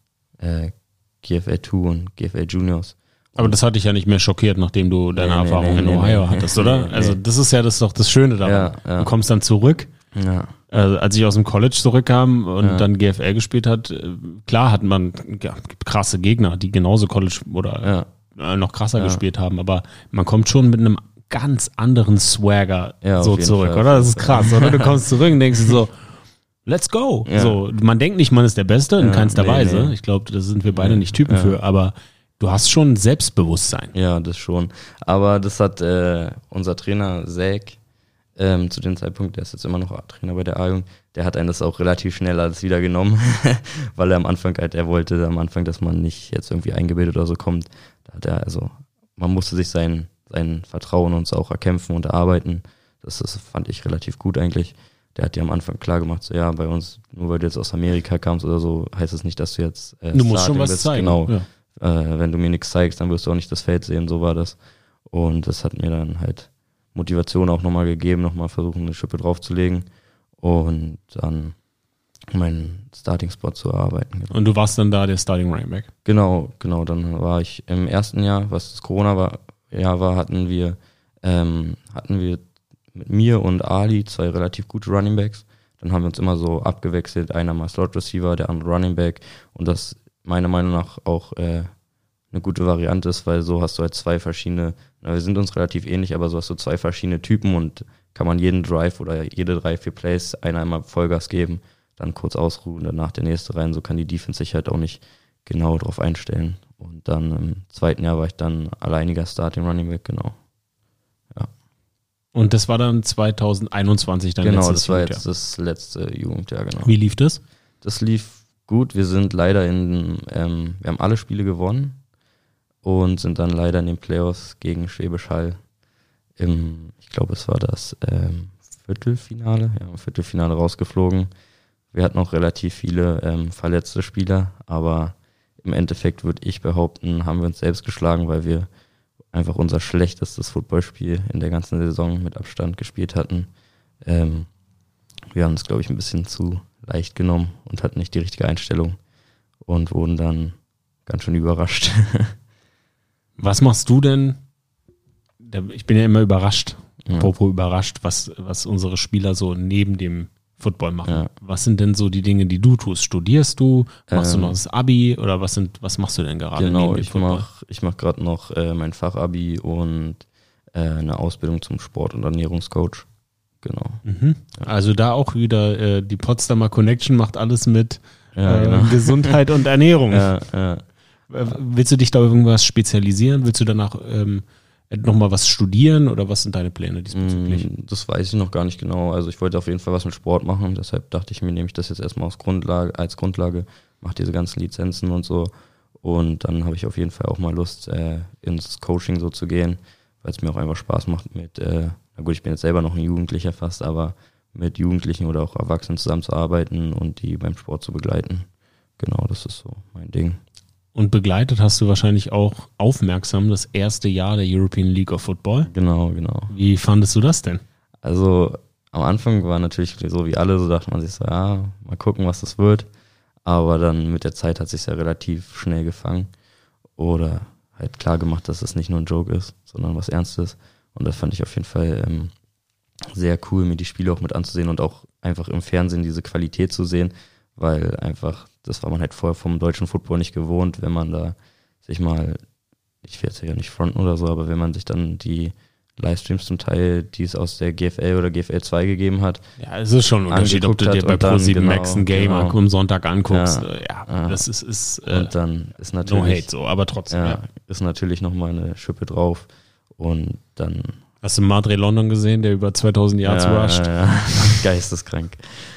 Speaker 2: GFL 2 und GFL Juniors.
Speaker 1: Aber das hat dich ja nicht mehr schockiert, nachdem du deine
Speaker 2: Nee,
Speaker 1: Erfahrung in Ohio hattest, oder?
Speaker 2: Nee,
Speaker 1: Also
Speaker 2: nee.
Speaker 1: das ist ja doch das Schöne daran.
Speaker 2: Ja.
Speaker 1: Du kommst dann zurück.
Speaker 2: Ja,
Speaker 1: Als ich aus dem College zurückkam und
Speaker 2: Ja.
Speaker 1: dann GFL gespielt hat, klar hat man krasse Gegner, die genauso College oder noch krasser gespielt haben, aber man kommt schon mit einem ganz anderen Swagger
Speaker 2: Ja,
Speaker 1: so
Speaker 2: auf jeden
Speaker 1: zurück,
Speaker 2: Fall,
Speaker 1: oder?
Speaker 2: auf
Speaker 1: Das ist
Speaker 2: jeden
Speaker 1: krass, oder? Du kommst zurück und denkst dir so, let's go.
Speaker 2: Ja.
Speaker 1: So, man denkt nicht, man ist der Beste, in
Speaker 2: Ja,
Speaker 1: keinster
Speaker 2: nee,
Speaker 1: Weise.
Speaker 2: nee.
Speaker 1: Ich glaube, da sind wir beide nicht Typen
Speaker 2: Ja.
Speaker 1: für, aber du hast schon Selbstbewusstsein.
Speaker 2: Ja, das schon. Aber das hat unser Trainer Zach zu dem Zeitpunkt, der ist jetzt immer noch Trainer bei der A-Jugend, der hat einen das auch relativ schnell alles wieder genommen, weil er am Anfang halt, er wollte am Anfang, dass man nicht jetzt irgendwie eingebildet oder so kommt. Da hat er, also man musste sich sein Vertrauen uns auch erkämpfen und erarbeiten. Das fand ich relativ gut eigentlich. Der hat dir am Anfang klar gemacht, so ja, bei uns, nur weil du jetzt aus Amerika kamst oder so, heißt es nicht, dass du jetzt
Speaker 1: Du musst schon
Speaker 2: Starting
Speaker 1: was
Speaker 2: bist.
Speaker 1: zeigen.
Speaker 2: Genau.
Speaker 1: Ja.
Speaker 2: Wenn du mir nichts zeigst, dann wirst du auch nicht das Feld sehen, so war das. Und das hat mir dann halt Motivation auch nochmal gegeben, nochmal versuchen, eine Schippe draufzulegen und dann meinen Starting-Spot zu erarbeiten. Genau.
Speaker 1: Und du warst dann da der Starting Running Back.
Speaker 2: Genau, dann war ich im ersten Jahr, was das Corona-Jahr war, hatten wir mit mir und Ali 2 relativ gute Running Backs. Dann haben wir uns immer so abgewechselt, einer mal Slot Receiver, der andere Running Back und das meiner Meinung nach auch eine gute Variante ist, weil so hast du halt 2 verschiedene, wir sind uns relativ ähnlich, aber so hast du 2 verschiedene Typen und kann man jeden Drive oder jede 3-4 Plays einer einmal Vollgas geben, dann kurz ausruhen, danach der nächste rein, so kann die Defense sich halt auch nicht genau drauf einstellen. Und dann im zweiten Jahr war ich dann alleiniger Starting Running Back, genau.
Speaker 1: Und das war dann 2021 dein
Speaker 2: Genau,
Speaker 1: letztes
Speaker 2: das war
Speaker 1: Jugendjahr.
Speaker 2: jetzt das letzte Jugendjahr, genau.
Speaker 1: Wie lief das?
Speaker 2: Das lief gut, wir sind leider wir haben alle Spiele gewonnen und sind dann leider in den Playoffs gegen Schwäbisch Hall ich glaube es war das Viertelfinale rausgeflogen. Wir hatten auch relativ viele verletzte Spieler, aber im Endeffekt würde ich behaupten, haben wir uns selbst geschlagen, weil wir einfach unser schlechtestes Footballspiel in der ganzen Saison mit Abstand gespielt hatten. Wir haben es, glaube ich, ein bisschen zu leicht genommen und hatten nicht die richtige Einstellung und wurden dann ganz schön überrascht.
Speaker 1: Was machst du denn? Ich bin ja immer überrascht,
Speaker 2: Ja.
Speaker 1: apropos überrascht, was unsere Spieler so neben dem Football machen.
Speaker 2: Ja.
Speaker 1: Was sind denn so die Dinge, die du tust? Studierst du? Machst du noch
Speaker 2: Ähm,
Speaker 1: das Abi? Oder was machst du denn gerade
Speaker 2: Genau,
Speaker 1: neben dem
Speaker 2: ich
Speaker 1: Football?
Speaker 2: mach gerade noch mein Fachabi und eine Ausbildung zum Sport- und Ernährungscoach. Genau.
Speaker 1: Mhm. Also da auch wieder die Potsdamer Connection macht alles mit
Speaker 2: Ja, genau.
Speaker 1: Gesundheit und Ernährung.
Speaker 2: Ja.
Speaker 1: Willst du dich da irgendwas spezialisieren? Willst du danach nochmal was studieren oder was sind deine Pläne diesbezüglich?
Speaker 2: Das weiß ich noch gar nicht genau. Also ich wollte auf jeden Fall was mit Sport machen, deshalb dachte ich mir, nehme ich das jetzt erstmal als Grundlage, mache diese ganzen Lizenzen und so. Und dann habe ich auf jeden Fall auch mal Lust, ins Coaching so zu gehen, weil es mir auch einfach Spaß macht, mit einer na gut, ich bin jetzt selber noch ein Jugendlicher fast, aber mit Jugendlichen oder auch Erwachsenen zusammenzuarbeiten und die beim Sport zu begleiten. Genau, das ist so mein Ding.
Speaker 1: Und begleitet hast du wahrscheinlich auch aufmerksam das erste Jahr der European League of Football.
Speaker 2: Genau.
Speaker 1: Wie fandest du das denn?
Speaker 2: Also am Anfang war natürlich so wie alle, so dachte man sich so, ja, mal gucken, was das wird. Aber dann mit der Zeit hat sich ja relativ schnell gefangen oder halt klar gemacht, dass es nicht nur ein Joke ist, sondern was Ernstes. Und das fand ich auf jeden Fall sehr cool, mir die Spiele auch mit anzusehen und auch einfach im Fernsehen diese Qualität zu sehen, weil einfach, das war man halt vorher vom deutschen Football nicht gewohnt, wenn man da sich mal, ich will jetzt ja nicht fronten oder so, aber wenn man sich dann die Livestreams zum Teil, die es aus der GFL oder GFL 2 gegeben hat.
Speaker 1: Ja, es ist schon ein Unterschied, ob du dir bei Pro7 Max ein Game am Sonntag anguckst. Das ist
Speaker 2: und dann ist natürlich,
Speaker 1: no hate so, aber trotzdem.
Speaker 2: Ist natürlich nochmal eine Schippe drauf und dann...
Speaker 1: Hast du Madre London gesehen, der über 2000 Yards rusht?
Speaker 2: Ja. Geisteskrank.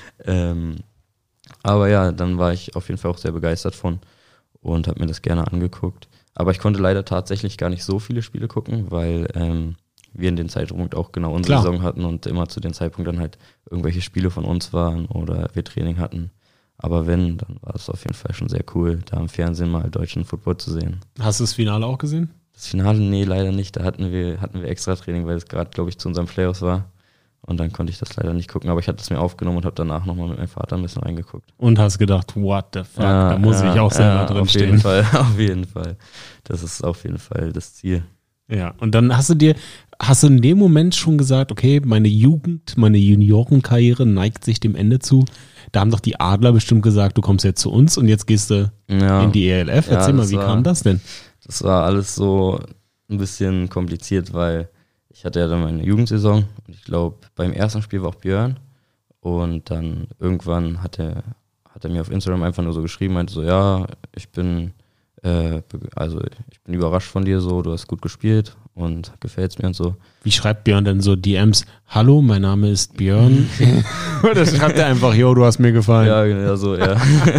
Speaker 2: Aber ja, dann war ich auf jeden Fall auch sehr begeistert von und habe mir das gerne angeguckt. Aber ich konnte leider tatsächlich gar nicht so viele Spiele gucken, weil wir in dem Zeitpunkt auch genau unsere Saison hatten und immer zu den Zeitpunkten dann halt irgendwelche Spiele von uns waren oder wir Training hatten. Aber wenn, dann war es auf jeden Fall schon sehr cool, da im Fernsehen mal deutschen Football zu sehen.
Speaker 1: Hast du das Finale auch gesehen?
Speaker 2: Das Finale, nee, leider nicht. Da hatten wir extra Training, weil es gerade, glaube ich, zu unserem Playoffs war. Und dann konnte ich das leider nicht gucken. Aber ich hatte es mir aufgenommen und habe danach nochmal mit meinem Vater ein bisschen reingeguckt.
Speaker 1: Und hast gedacht, what the fuck, da muss ich auch selber drin stehen.
Speaker 2: Auf jeden Fall. Das ist auf jeden Fall das Ziel.
Speaker 1: Ja, und dann hast du in dem Moment schon gesagt, okay, meine Juniorenkarriere neigt sich dem Ende zu. Da haben doch die Adler bestimmt gesagt, du kommst jetzt zu uns und jetzt gehst du in die ELF. Erzähl mal, wie kam das denn?
Speaker 2: Das war alles so ein bisschen kompliziert, weil ich hatte ja dann meine Jugendsaison und ich glaube, beim ersten Spiel war auch Björn und dann irgendwann hat er mir auf Instagram einfach nur so geschrieben, meinte so, ja, ich bin überrascht von dir so, du hast gut gespielt und gefällt's mir und so.
Speaker 1: Wie schreibt Björn denn so DMs? Hallo, mein Name ist Björn. Oder schreibt er einfach, yo, du hast mir gefallen?
Speaker 2: Ja, so, ja.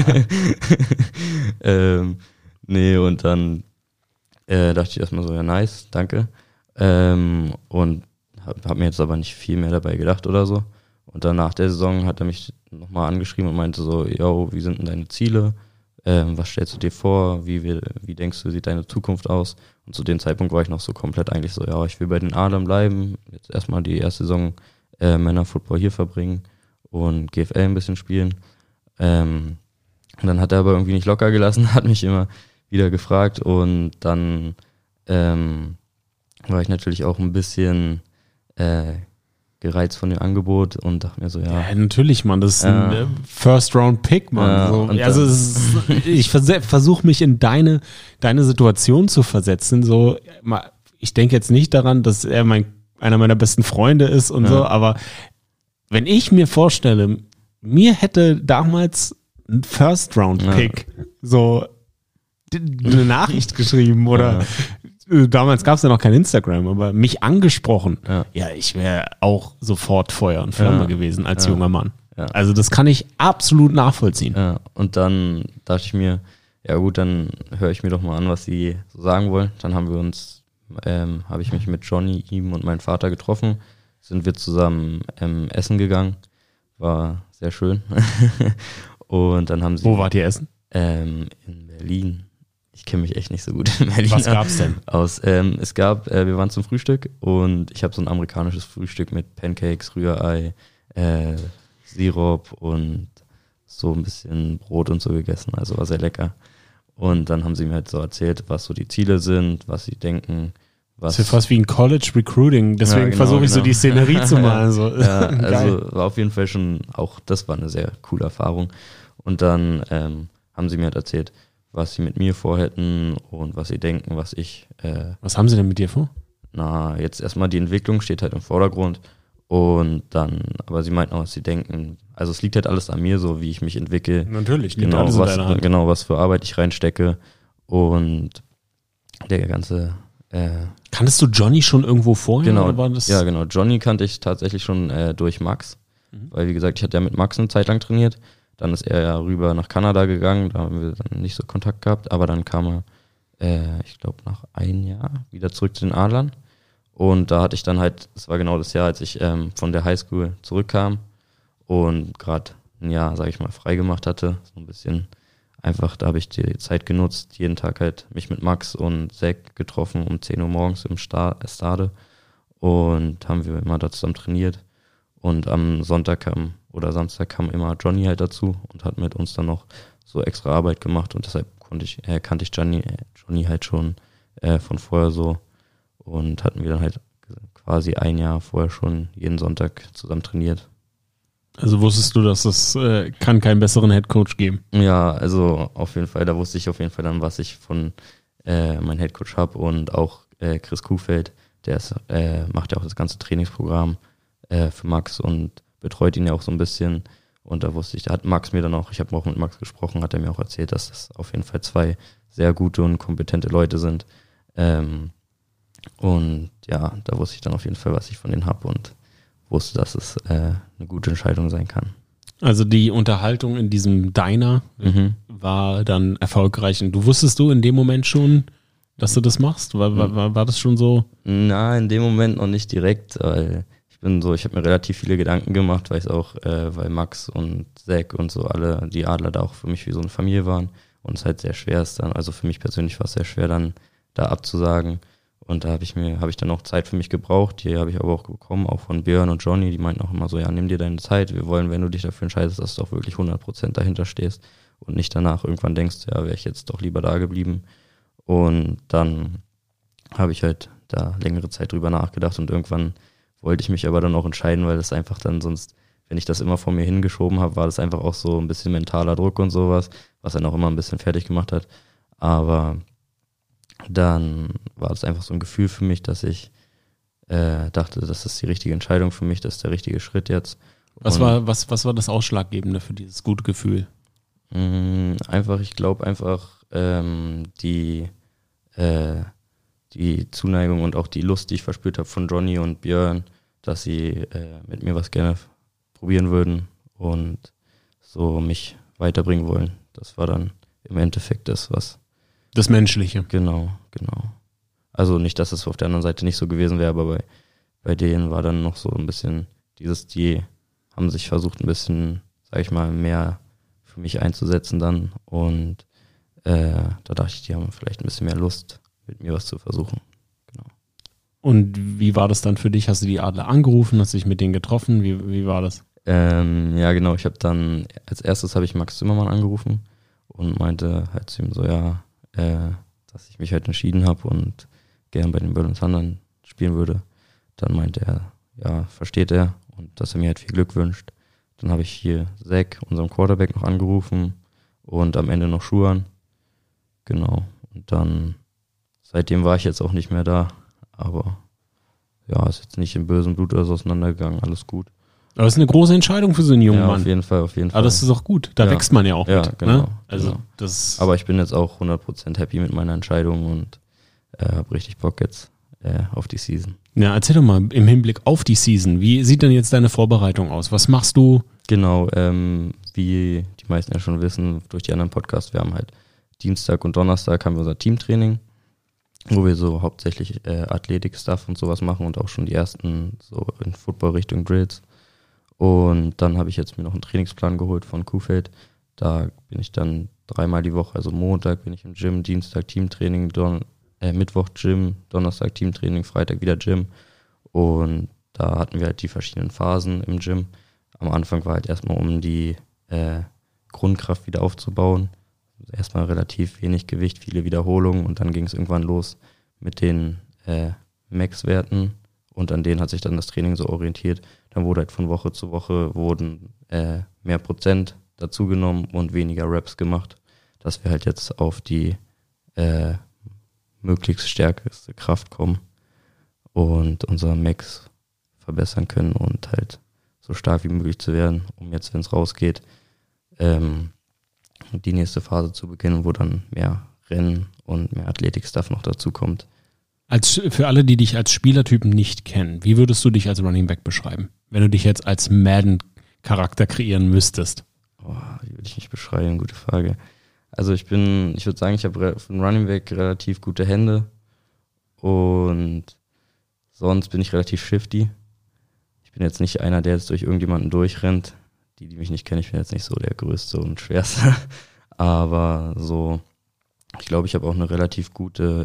Speaker 2: Nee, und dann dachte ich erstmal so, ja, nice, danke. Und hab mir jetzt aber nicht viel mehr dabei gedacht oder so. Und dann nach der Saison hat er mich nochmal angeschrieben und meinte so, yo, wie sind denn deine Ziele? Was stellst du dir vor? Wie denkst du, sieht deine Zukunft aus? Und zu dem Zeitpunkt war ich noch so komplett eigentlich so, ja, ich will bei den Adlern bleiben, jetzt erstmal die erste Saison Männerfootball hier verbringen und GFL ein bisschen spielen. Und dann hat er aber irgendwie nicht locker gelassen, hat mich immer wieder gefragt und dann war ich natürlich auch ein bisschen gereizt von dem Angebot und dachte mir so, ja.
Speaker 1: Natürlich, Mann, das ist ein First-Round-Pick, Mann. So. Ich versuche mich in deine Situation zu versetzen. So, ich denke jetzt nicht daran, dass er einer meiner besten Freunde ist und so, aber wenn ich mir vorstelle, mir hätte damals ein First-Round-Pick so eine Nachricht geschrieben oder damals gab es ja noch kein Instagram, aber mich angesprochen. Ja, ich wäre auch sofort Feuer und Flamme gewesen als junger Mann. Ja. Also das kann ich absolut nachvollziehen.
Speaker 2: Ja. Und dann dachte ich mir, ja gut, dann höre ich mir doch mal an, was sie so sagen wollen. Dann habe ich mich mit Johnny, ihm und meinem Vater getroffen, sind wir zusammen essen gegangen. War sehr schön. Und dann haben sie...
Speaker 1: Wo wart ihr essen?
Speaker 2: In Berlin. Ich kenne mich echt nicht so gut in Berlin.
Speaker 1: Was gab's denn?
Speaker 2: Wir waren zum Frühstück und ich habe so ein amerikanisches Frühstück mit Pancakes, Rührei, Sirup und so ein bisschen Brot und so gegessen. Also war sehr lecker. Und dann haben sie mir halt so erzählt, was so die Ziele sind, was sie denken.
Speaker 1: Das ist fast wie ein College Recruiting, deswegen versuche ich so die Szenerie zu malen. So.
Speaker 2: Ja, also war auf jeden Fall schon, auch das war eine sehr coole Erfahrung. Und dann haben sie mir halt erzählt, was sie mit mir vorhätten und was sie denken, was ich...
Speaker 1: Was haben sie denn mit dir vor?
Speaker 2: Na, jetzt erstmal die Entwicklung steht halt im Vordergrund und dann, aber sie meinten auch, was sie denken. Also es liegt halt alles an mir, so wie ich mich entwickle.
Speaker 1: Natürlich,
Speaker 2: genau,
Speaker 1: alles in deiner Hand.
Speaker 2: Genau, was für Arbeit ich reinstecke und der ganze...
Speaker 1: Kanntest du Johnny schon irgendwo vorher?
Speaker 2: Genau,
Speaker 1: oder war das?
Speaker 2: Ja, genau. Johnny kannte ich tatsächlich schon durch Max, weil wie gesagt, ich hatte ja mit Max eine Zeit lang trainiert. Dann ist er ja rüber nach Kanada gegangen, da haben wir dann nicht so Kontakt gehabt, aber dann kam er, ich glaube, nach einem Jahr wieder zurück zu den Adlern Und da hatte ich dann halt, das war genau das Jahr, als ich von der Highschool zurückkam und gerade ein Jahr, sage ich mal, frei gemacht hatte. So ein bisschen einfach, da habe ich die Zeit genutzt, jeden Tag halt mich mit Max und Zack getroffen um 10 Uhr morgens im Stade und haben wir immer da zusammen trainiert. Und am Sonntag Samstag kam immer Johnny halt dazu und hat mit uns dann noch so extra Arbeit gemacht und deshalb kannte ich Johnny halt schon von vorher so und hatten wir dann halt quasi ein Jahr vorher schon jeden Sonntag zusammen trainiert.
Speaker 1: Also wusstest du, dass es kann keinen besseren Headcoach geben?
Speaker 2: Ja, also auf jeden Fall, da wusste ich auf jeden Fall dann, was ich von meinem Headcoach habe und auch Chris Kuhfeld, der macht ja auch das ganze Trainingsprogramm für Max und betreut ihn ja auch so ein bisschen und da wusste ich, da hat Max mir dann auch, ich habe auch mit Max gesprochen, hat er mir auch erzählt, dass das auf jeden Fall 2 sehr gute und kompetente Leute sind und ja, da wusste ich dann auf jeden Fall, was ich von denen habe und wusste, dass es eine gute Entscheidung sein kann.
Speaker 1: Also die Unterhaltung in diesem Diner war dann erfolgreich. Und wusstest du in dem Moment schon, dass du das machst? War das schon so?
Speaker 2: Na, in dem Moment noch nicht direkt, weil ich habe mir relativ viele Gedanken gemacht, weil Max und Zack und so alle, die Adler da auch für mich wie so eine Familie waren und es halt sehr schwer ist dann, also für mich persönlich war es sehr schwer dann da abzusagen. Und da habe ich dann auch Zeit für mich gebraucht. Die habe ich aber auch bekommen, auch von Björn und Johnny. Die meinten auch immer so, ja, nimm dir deine Zeit. Wir wollen, wenn du dich dafür entscheidest, dass du auch wirklich 100% dahinter stehst und nicht danach irgendwann denkst, ja, wäre ich jetzt doch lieber da geblieben. Und dann habe ich halt da längere Zeit drüber nachgedacht und irgendwann wollte ich mich aber dann auch entscheiden, weil das einfach dann sonst, wenn ich das immer vor mir hingeschoben habe, war das einfach auch so ein bisschen mentaler Druck und sowas, was dann auch immer ein bisschen fertig gemacht hat. Aber dann war das einfach so ein Gefühl für mich, dass ich dachte, das ist die richtige Entscheidung für mich, das ist der richtige Schritt jetzt.
Speaker 1: Was war das Ausschlaggebende für dieses gute Gefühl?
Speaker 2: Ich glaube die Zuneigung und auch die Lust, die ich verspürt habe von Johnny und Björn, dass sie mit mir was gerne probieren würden und so mich weiterbringen wollen. Das war dann im Endeffekt
Speaker 1: das Menschliche.
Speaker 2: Genau. Also nicht, dass es auf der anderen Seite nicht so gewesen wäre, aber bei denen war dann noch so ein bisschen die haben sich versucht ein bisschen, sag ich mal, mehr für mich einzusetzen dann und da dachte ich, die haben vielleicht ein bisschen mehr Lust, mit mir was zu versuchen. Genau.
Speaker 1: Und wie war das dann für dich? Hast du die Adler angerufen? Hast du dich mit denen getroffen? Wie war das?
Speaker 2: Ja, genau. Als erstes habe ich Max Zimmermann angerufen und meinte halt zu ihm so, ja, dass ich mich halt entschieden habe und gern bei den Berlin Thundern spielen würde. Dann meinte er, ja, versteht er und dass er mir halt viel Glück wünscht. Dann habe ich hier Zack, unserem Quarterback, noch angerufen und am Ende noch Schuhan. Genau. Und dann, seitdem war ich jetzt auch nicht mehr da, aber ja, ist jetzt nicht im bösen Blut oder so auseinandergegangen, alles gut.
Speaker 1: Aber das ist eine große Entscheidung für so einen jungen Mann.
Speaker 2: Auf jeden Fall.
Speaker 1: Aber das ist auch gut, da wächst man ja auch mit.
Speaker 2: Genau,
Speaker 1: ne? Also
Speaker 2: genau. Aber ich bin jetzt auch 100% happy mit meiner Entscheidung und habe richtig Bock jetzt auf die Season.
Speaker 1: Ja, erzähl doch mal im Hinblick auf die Season, wie sieht denn jetzt deine Vorbereitung aus? Was machst du?
Speaker 2: Genau, wie die meisten ja schon wissen, durch die anderen Podcasts, wir haben halt Dienstag und Donnerstag haben wir unser Teamtraining, wo wir so hauptsächlich Athletik-Stuff und sowas machen und auch schon die ersten so in Football-Richtung Drills. Und dann habe ich jetzt mir noch einen Trainingsplan geholt von Kuhfeld. Da bin ich dann 3-mal die Woche, also Montag bin ich im Gym, Dienstag Teamtraining, Mittwoch Gym, Donnerstag Teamtraining, Freitag wieder Gym. Und da hatten wir halt die verschiedenen Phasen im Gym. Am Anfang war halt erstmal, um die Grundkraft wieder aufzubauen. Erstmal relativ wenig Gewicht, viele Wiederholungen und dann ging es irgendwann los mit den Max-Werten und an denen hat sich dann das Training so orientiert. Dann wurde halt von Woche zu Woche mehr Prozent dazugenommen und weniger Reps gemacht, dass wir halt jetzt auf die möglichst stärkste Kraft kommen und unser Max verbessern können und halt so stark wie möglich zu werden, um jetzt, wenn es rausgeht, die nächste Phase zu beginnen, wo dann mehr Rennen und mehr Athletik-Stuff noch dazu kommt.
Speaker 1: Für alle, die dich als Spielertypen nicht kennen, wie würdest du dich als Running Back beschreiben, wenn du dich jetzt als Madden-Charakter kreieren müsstest?
Speaker 2: Wie würde ich mich beschreiben? Gute Frage. Also ich würde sagen, ich habe für einen Running Back relativ gute Hände und sonst bin ich relativ shifty. Ich bin jetzt nicht einer, der jetzt durch irgendjemanden durchrennt. Die mich nicht kennen, ich bin jetzt nicht so der Größte und Schwerste. Aber so, ich glaube, ich habe auch eine relativ gute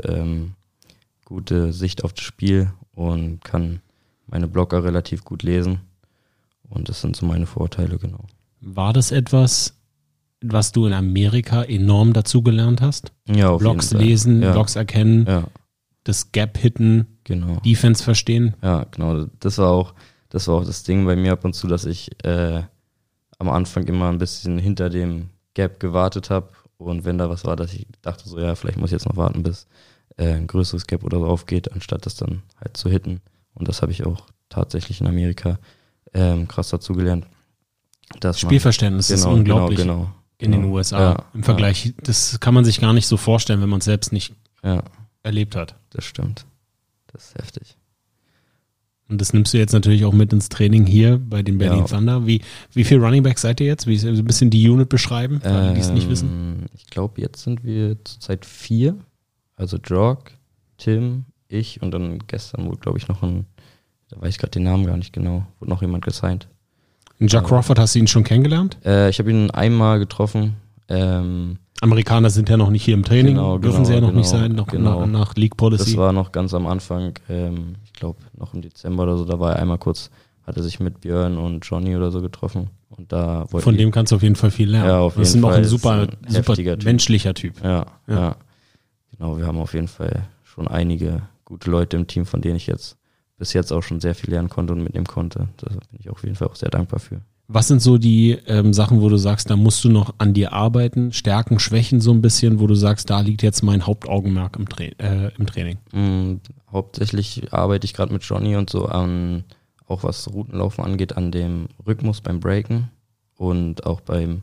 Speaker 2: Sicht auf das Spiel und kann meine Blocker relativ gut lesen. Und das sind so meine Vorteile, genau.
Speaker 1: War das etwas, was du in Amerika enorm dazugelernt hast?
Speaker 2: Ja, auf
Speaker 1: Blocks
Speaker 2: jeden Fall.
Speaker 1: lesen,
Speaker 2: Ja.
Speaker 1: Blocks erkennen,
Speaker 2: Ja,
Speaker 1: das Gap hitten,
Speaker 2: genau.
Speaker 1: Defense verstehen.
Speaker 2: Ja, genau. Das war auch das Ding bei mir ab und zu, dass ich am Anfang immer ein bisschen hinter dem Gap gewartet habe. Und wenn da was war, dass ich dachte so, ja, vielleicht muss ich jetzt noch warten, bis ein größeres Gap oder so aufgeht, anstatt das dann halt zu hitten. Und das habe ich auch tatsächlich in Amerika krass dazugelernt.
Speaker 1: Spielverständnis ist unglaublich
Speaker 2: Genau.
Speaker 1: in den USA.
Speaker 2: Ja,
Speaker 1: Im Vergleich, das kann man sich gar nicht so vorstellen, wenn man es selbst nicht erlebt hat.
Speaker 2: Das stimmt. Das ist heftig.
Speaker 1: Und das nimmst du jetzt natürlich auch mit ins Training hier bei den Berlin Thunder. Wie viele Running Backs seid ihr jetzt? Wie ein bisschen die Unit beschreiben, für alle, die es nicht wissen?
Speaker 2: Ich glaube, jetzt sind wir zurzeit 4. Also Jorg, Tim, ich und dann gestern wurde, glaube ich, noch da weiß ich gerade den Namen gar nicht genau, wurde noch jemand gesigned.
Speaker 1: Und Jack Crawford, hast du ihn schon kennengelernt?
Speaker 2: Ich habe ihn einmal getroffen.
Speaker 1: Amerikaner sind ja noch nicht hier im Training, dürfen sie ja noch nicht sein, nach League Policy.
Speaker 2: Das war noch ganz am Anfang, ich glaube noch im Dezember oder so, da war er einmal kurz, hat er sich mit Björn und Johnny oder so getroffen. Und da
Speaker 1: von dem kannst du auf jeden Fall viel lernen.
Speaker 2: Ja, auf jeden
Speaker 1: das ist noch
Speaker 2: Fall.
Speaker 1: ein super
Speaker 2: Typ.
Speaker 1: menschlicher Typ.
Speaker 2: Ja. Genau, wir haben auf jeden Fall schon einige gute Leute im Team, von denen ich jetzt bis jetzt auch schon sehr viel lernen konnte und mitnehmen konnte. Da bin ich auf jeden Fall auch sehr dankbar für.
Speaker 1: Was sind so die Sachen, wo du sagst, da musst du noch an dir arbeiten, Stärken, Schwächen so ein bisschen, wo du sagst, da liegt jetzt mein Hauptaugenmerk im Training?
Speaker 2: Hauptsächlich arbeite ich gerade mit Johnny und so an, auch was Routenlaufen angeht, an dem Rhythmus beim Breaken und auch beim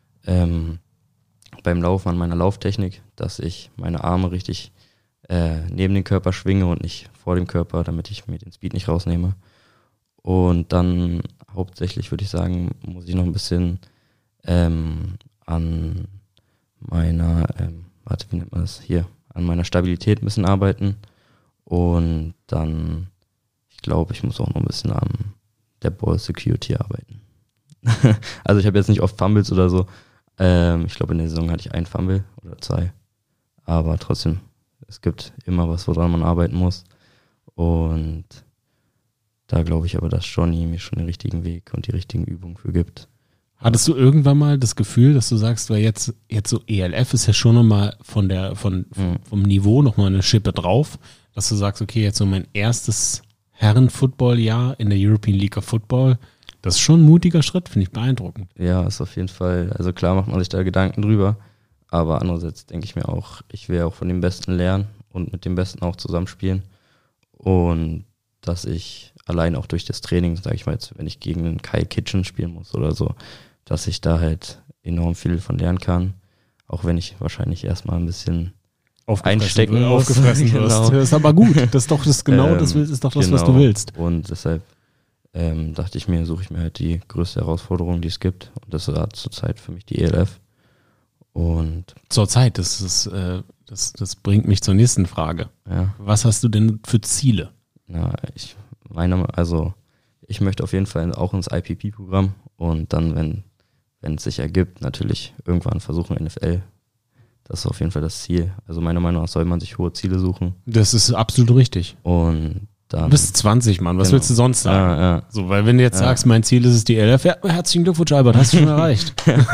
Speaker 2: Laufen an meiner Lauftechnik, dass ich meine Arme richtig neben den Körper schwinge und nicht vor dem Körper, damit ich mir den Speed nicht rausnehme. Und dann hauptsächlich würde ich sagen, muss ich noch ein bisschen an meiner, wie nennt man das hier, an meiner Stabilität ein bisschen arbeiten. Und dann, ich glaube, ich muss auch noch ein bisschen an der Ball Security arbeiten. Also ich habe jetzt nicht oft Fumbles oder so. Ich glaube, in der Saison hatte ich 1 Fumble oder 2. Aber trotzdem, es gibt immer was, woran man arbeiten muss. Und da glaube ich aber, dass Johnny mir schon den richtigen Weg und die richtigen Übungen für gibt.
Speaker 1: Hattest du irgendwann mal das Gefühl, dass du sagst, weil jetzt so ELF ist ja schon nochmal vom Niveau nochmal eine Schippe drauf, dass du sagst, okay, jetzt so mein erstes Herren-Football-Jahr in der European League of Football, das ist schon ein mutiger Schritt, finde ich beeindruckend.
Speaker 2: Ja, ist auf jeden Fall, also klar macht man sich da Gedanken drüber, aber andererseits denke ich mir auch, ich will auch von dem Besten lernen und mit dem Besten auch zusammenspielen und dass ich allein auch durch das Training, sage ich mal jetzt, wenn ich gegen einen Kai Kitchen spielen muss oder so, dass ich da halt enorm viel von lernen kann, auch wenn ich wahrscheinlich erstmal ein bisschen einstecken muss.
Speaker 1: Aufgefressen
Speaker 2: Genau.
Speaker 1: wirst. Das ist aber gut, das ist doch das ist doch das, was du willst.
Speaker 2: Und deshalb dachte ich mir, suche ich mir halt die größte Herausforderung, die es gibt. Und das war zurzeit für mich die ELF. Und
Speaker 1: zurzeit, das bringt mich zur nächsten Frage.
Speaker 2: Ja.
Speaker 1: Was hast du denn für Ziele?
Speaker 2: Ich möchte auf jeden Fall auch ins IPP-Programm und dann, wenn es sich ergibt, natürlich irgendwann versuchen NFL. Das ist auf jeden Fall das Ziel. Also meiner Meinung nach soll man sich hohe Ziele suchen.
Speaker 1: Das ist absolut richtig.
Speaker 2: Und dann,
Speaker 1: du bist 20, Mann. Was willst du sonst sagen?
Speaker 2: Ja.
Speaker 1: So, weil wenn du jetzt sagst, mein Ziel ist es die ELF, ja, herzlichen Glückwunsch, Albert, hast du schon erreicht.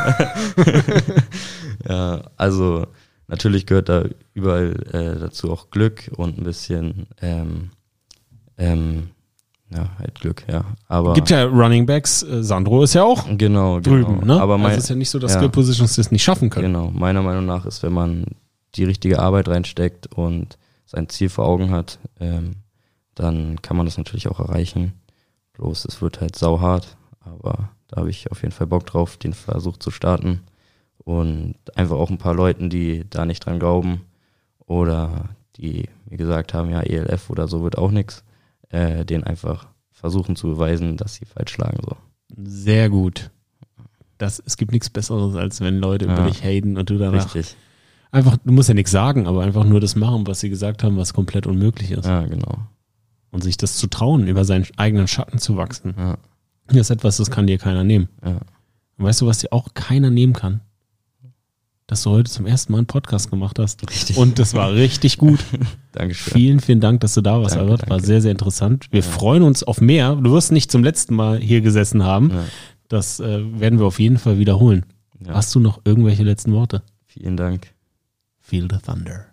Speaker 2: Ja, also natürlich gehört da überall dazu auch Glück und ein bisschen halt Glück, ja. Aber
Speaker 1: gibt ja Running Backs, Sandro ist ja auch
Speaker 2: genau
Speaker 1: drüben, ne?
Speaker 2: Aber
Speaker 1: also es ist ja nicht so, dass Skill Positions das nicht schaffen können.
Speaker 2: Genau, meiner Meinung nach ist, wenn man die richtige Arbeit reinsteckt und sein Ziel vor Augen hat, dann kann man das natürlich auch erreichen. Bloß es wird halt sauhart, aber da habe ich auf jeden Fall Bock drauf, den Versuch zu starten und einfach auch ein paar Leuten, die da nicht dran glauben oder die mir gesagt haben, ja, ELF oder so wird auch nichts, denen einfach versuchen zu beweisen, dass sie falsch schlagen. So.
Speaker 1: Sehr gut. Es gibt nichts Besseres, als wenn Leute über dich haten und du danach einfach, du musst ja nichts sagen, aber einfach nur das machen, was sie gesagt haben, was komplett unmöglich ist.
Speaker 2: Ja, genau.
Speaker 1: Und sich das zu trauen, über seinen eigenen Schatten zu wachsen.
Speaker 2: Ja.
Speaker 1: Das ist etwas, das kann dir keiner nehmen.
Speaker 2: Ja.
Speaker 1: Und weißt du, was dir auch keiner nehmen kann? Dass du heute zum ersten Mal einen Podcast gemacht hast.
Speaker 2: Richtig.
Speaker 1: Und das war richtig gut.
Speaker 2: Dankeschön.
Speaker 1: Vielen, vielen Dank, dass du da warst, Albert. War sehr, sehr interessant. Wir freuen uns auf mehr. Du wirst nicht zum letzten Mal hier gesessen haben.
Speaker 2: Ja.
Speaker 1: Das werden wir auf jeden Fall wiederholen.
Speaker 2: Ja.
Speaker 1: Hast du noch irgendwelche letzten Worte?
Speaker 2: Vielen Dank.
Speaker 1: Feel the thunder.